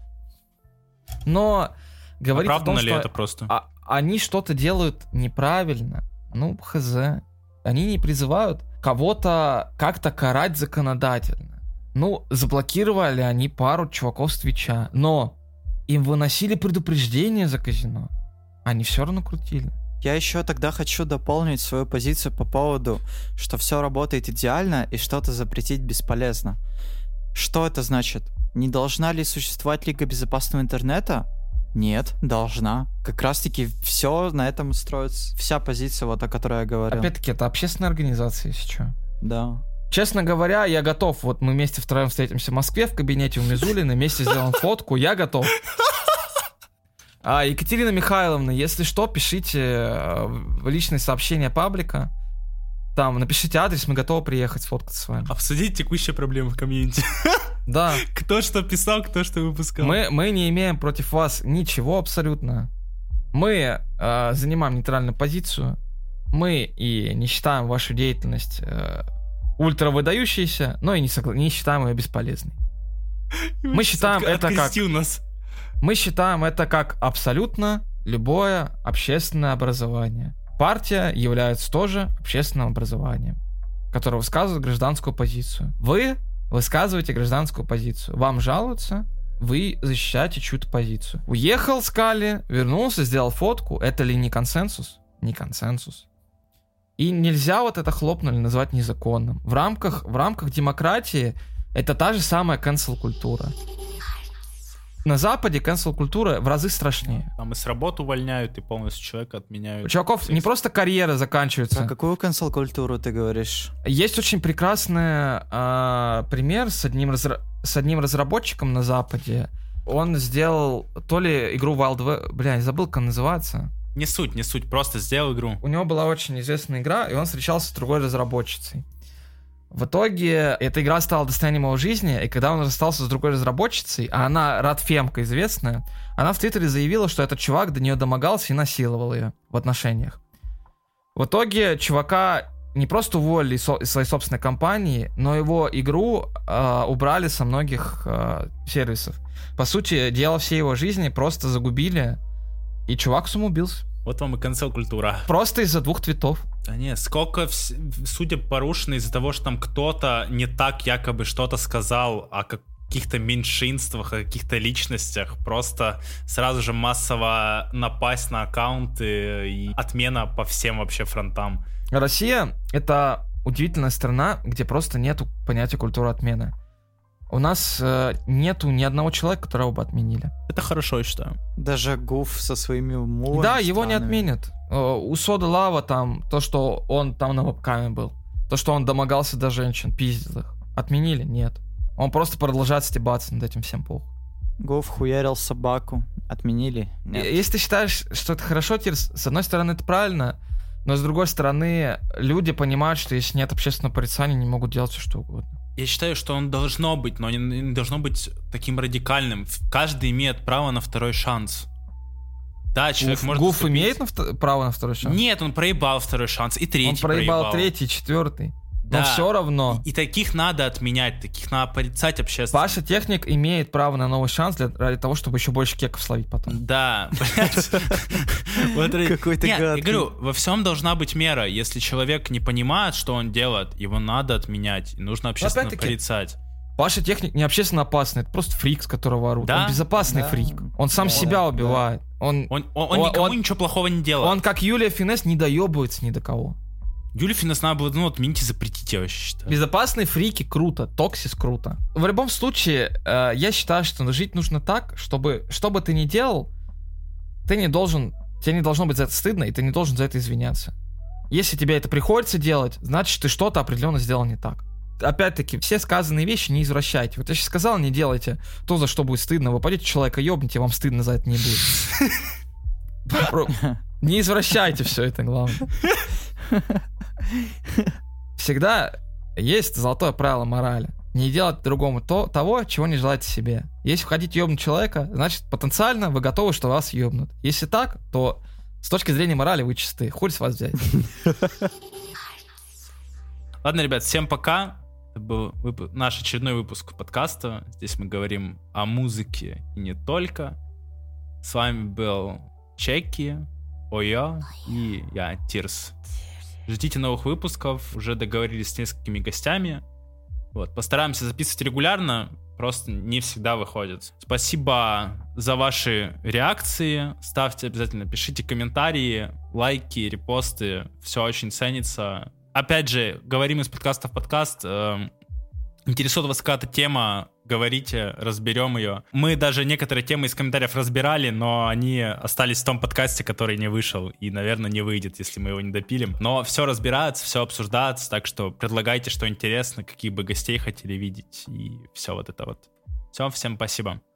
Но говорить о том, Оправдано ли что это просто? а- они что-то делают неправильно, ну, хз. Они не призывают кого-то как-то карать законодательно. Ну, заблокировали они пару чуваков с Твича, но им выносили предупреждение за казино. Они все равно крутили. Я еще тогда хочу дополнить свою позицию по поводу, что все работает идеально и что-то запретить бесполезно. Что это значит? Не должна ли существовать Лига безопасного интернета? Нет, должна. Как раз-таки все на этом строится. Вся позиция, вот о которой я говорил. Опять-таки, это общественная организация, если что. Да. Честно говоря, я готов. Вот мы вместе втроем встретимся в Москве, в кабинете у Мизулина, вместе сделаем фотку, я готов. А, Екатерина Михайловна, если что, пишите э, в личные сообщения паблика. Там, напишите адрес, мы готовы приехать сфоткаться с вами. Обсудить текущие проблемы в комьюнити. Да, Кто что писал, кто что выпускал. мы, мы не имеем против вас ничего абсолютно. Мы э, занимаем нейтральную позицию. Мы и не считаем вашу деятельность э, ультравыдающаяся, но и не, согла- не считаем ее бесполезной. Мы считаем это как... нас. Мы считаем это как абсолютно любое общественное образование. Партия является тоже общественным образованием, которое высказывает гражданскую позицию. Вы высказываете гражданскую позицию. Вам жалуются, вы защищаете чью-то позицию. Уехал с Кали, вернулся, сделал фотку. Это ли не консенсус? Не консенсус. И нельзя вот это хлопнули назвать незаконным. В рамках, в рамках демократии это та же самая cancel-культура. На Западе cancel-культура в разы страшнее. Там и с работы увольняют, и полностью человека отменяют. У чуваков не просто карьера заканчивается. Про какую cancel-культуру ты говоришь? Есть очень прекрасный э, пример с одним, разра... с одним разработчиком на Западе. Он сделал то ли игру Wild West... Бля, я забыл, как она называется. Не суть, не суть, просто сделал игру. У него была очень известная игра, и он встречался с другой разработчицей. В итоге эта игра стала достоянием его жизни, и когда он расстался с другой разработчицей, а она Радфемка известная, она в Твиттере заявила, что этот чувак до нее домогался и насиловал ее в отношениях. В итоге чувака не просто уволили из, со- из своей собственной компании, но его игру э, убрали со многих э, сервисов. По сути, дело всей его жизни просто загубили, и чувак самоубился. Вот вам и cancel-культура. Просто из-за двух твитов. Да не, сколько, вс- судя порушено из-за того, что там кто-то не так якобы что-то сказал о каких-то меньшинствах, о каких-то личностях, просто сразу же массово напасть на аккаунты и отмена по всем вообще фронтам. Россия — это удивительная страна, где просто нету понятия культуры отмены. У нас э, нету ни одного человека, которого бы отменили. Это хорошо, я считаю. Даже Гуф со своими умовами Да, его не странными. отменят. Э, у Сода Лава там то, что он там на вебкаме был, то, что он домогался до женщин, пиздил их. Отменили? Нет. Он просто продолжает стебаться над этим всем похуй. Гуф хуярил собаку. Отменили? Нет. И- Если ты считаешь, что это хорошо, Тирс, с одной стороны, это правильно, но с другой стороны, люди понимают, что если нет общественного порицания, они могут делать все, что угодно. Я считаю, что он должно быть, но не, не должно быть таким радикальным. Каждый имеет право на второй шанс. Да, человек Гуф, может Гуф поступить- имеет на вто- право на второй шанс? Нет, он проебал второй шанс, и третий Он проебал третий, четвертый. Да. Но все равно. И, и таких надо отменять, таких надо порицать общественно. Паша Техник имеет право на новый шанс для, ради того, чтобы еще больше кеков словить потом. Да, блядь. Вот ради- Какой ты Нет, я гадкий. говорю, во всем должна быть мера. Если человек не понимает, что он делает, его надо отменять. И нужно общественно опять-таки, порицать. Паша Техник не общественно опасный, это просто фрик, с которого орут. Да? Он безопасный Да. фрик. Он сам Да, себя да. убивает. Он, Он, он, он Он- никому он- ничего плохого не делает. он, как Юлия Финес, не доебывается ни до кого. Юлию Финес надо было, ну, отменить и запретить, я вообще считаю. Безопасные фрики круто, токсис круто. В любом случае, э, я считаю, что жить нужно так, чтобы, что бы ты ни делал, ты не должен, тебе не должно быть за это стыдно, и ты не должен за это извиняться. Если тебе это приходится делать, значит, ты что-то определенно сделал не так. Опять-таки, все сказанные вещи не извращайте. Вот я сейчас сказал, не делайте то, за что будет стыдно. Вы пойдете человека ёбните, вам стыдно за это не будет. Про- Не извращайте все это, главное. Всегда есть золотое правило морали. Не делать другому то, того, чего не желаете себе. Если вы хотите ёбнуть человека, значит, потенциально вы готовы, что вас ёбнут. Если так, то с точки зрения морали вы чисты. Хуй с вас взять. Ладно, ребят, всем пока. Это был вып- наш очередной выпуск подкаста. Здесь мы говорим о музыке и не только. С вами был Чеки, Ойо и я, Тирс. Ждите новых выпусков. Уже договорились с несколькими гостями. Вот, постараемся записывать регулярно. Просто не всегда выходит. Спасибо за ваши реакции. Ставьте обязательно, пишите комментарии, лайки, репосты. Все очень ценится. Опять же, говорим из подкаста в подкаст. Эм, интересует вас какая-то тема, говорите, разберем ее. Мы даже некоторые темы из комментариев разбирали, но они остались в том подкасте, который не вышел. И, наверное, не выйдет, если мы его не допилим. Но все разбирается, все обсуждается. Так что предлагайте, что интересно, каких бы гостей хотели видеть. И все вот это вот. Все, всем спасибо.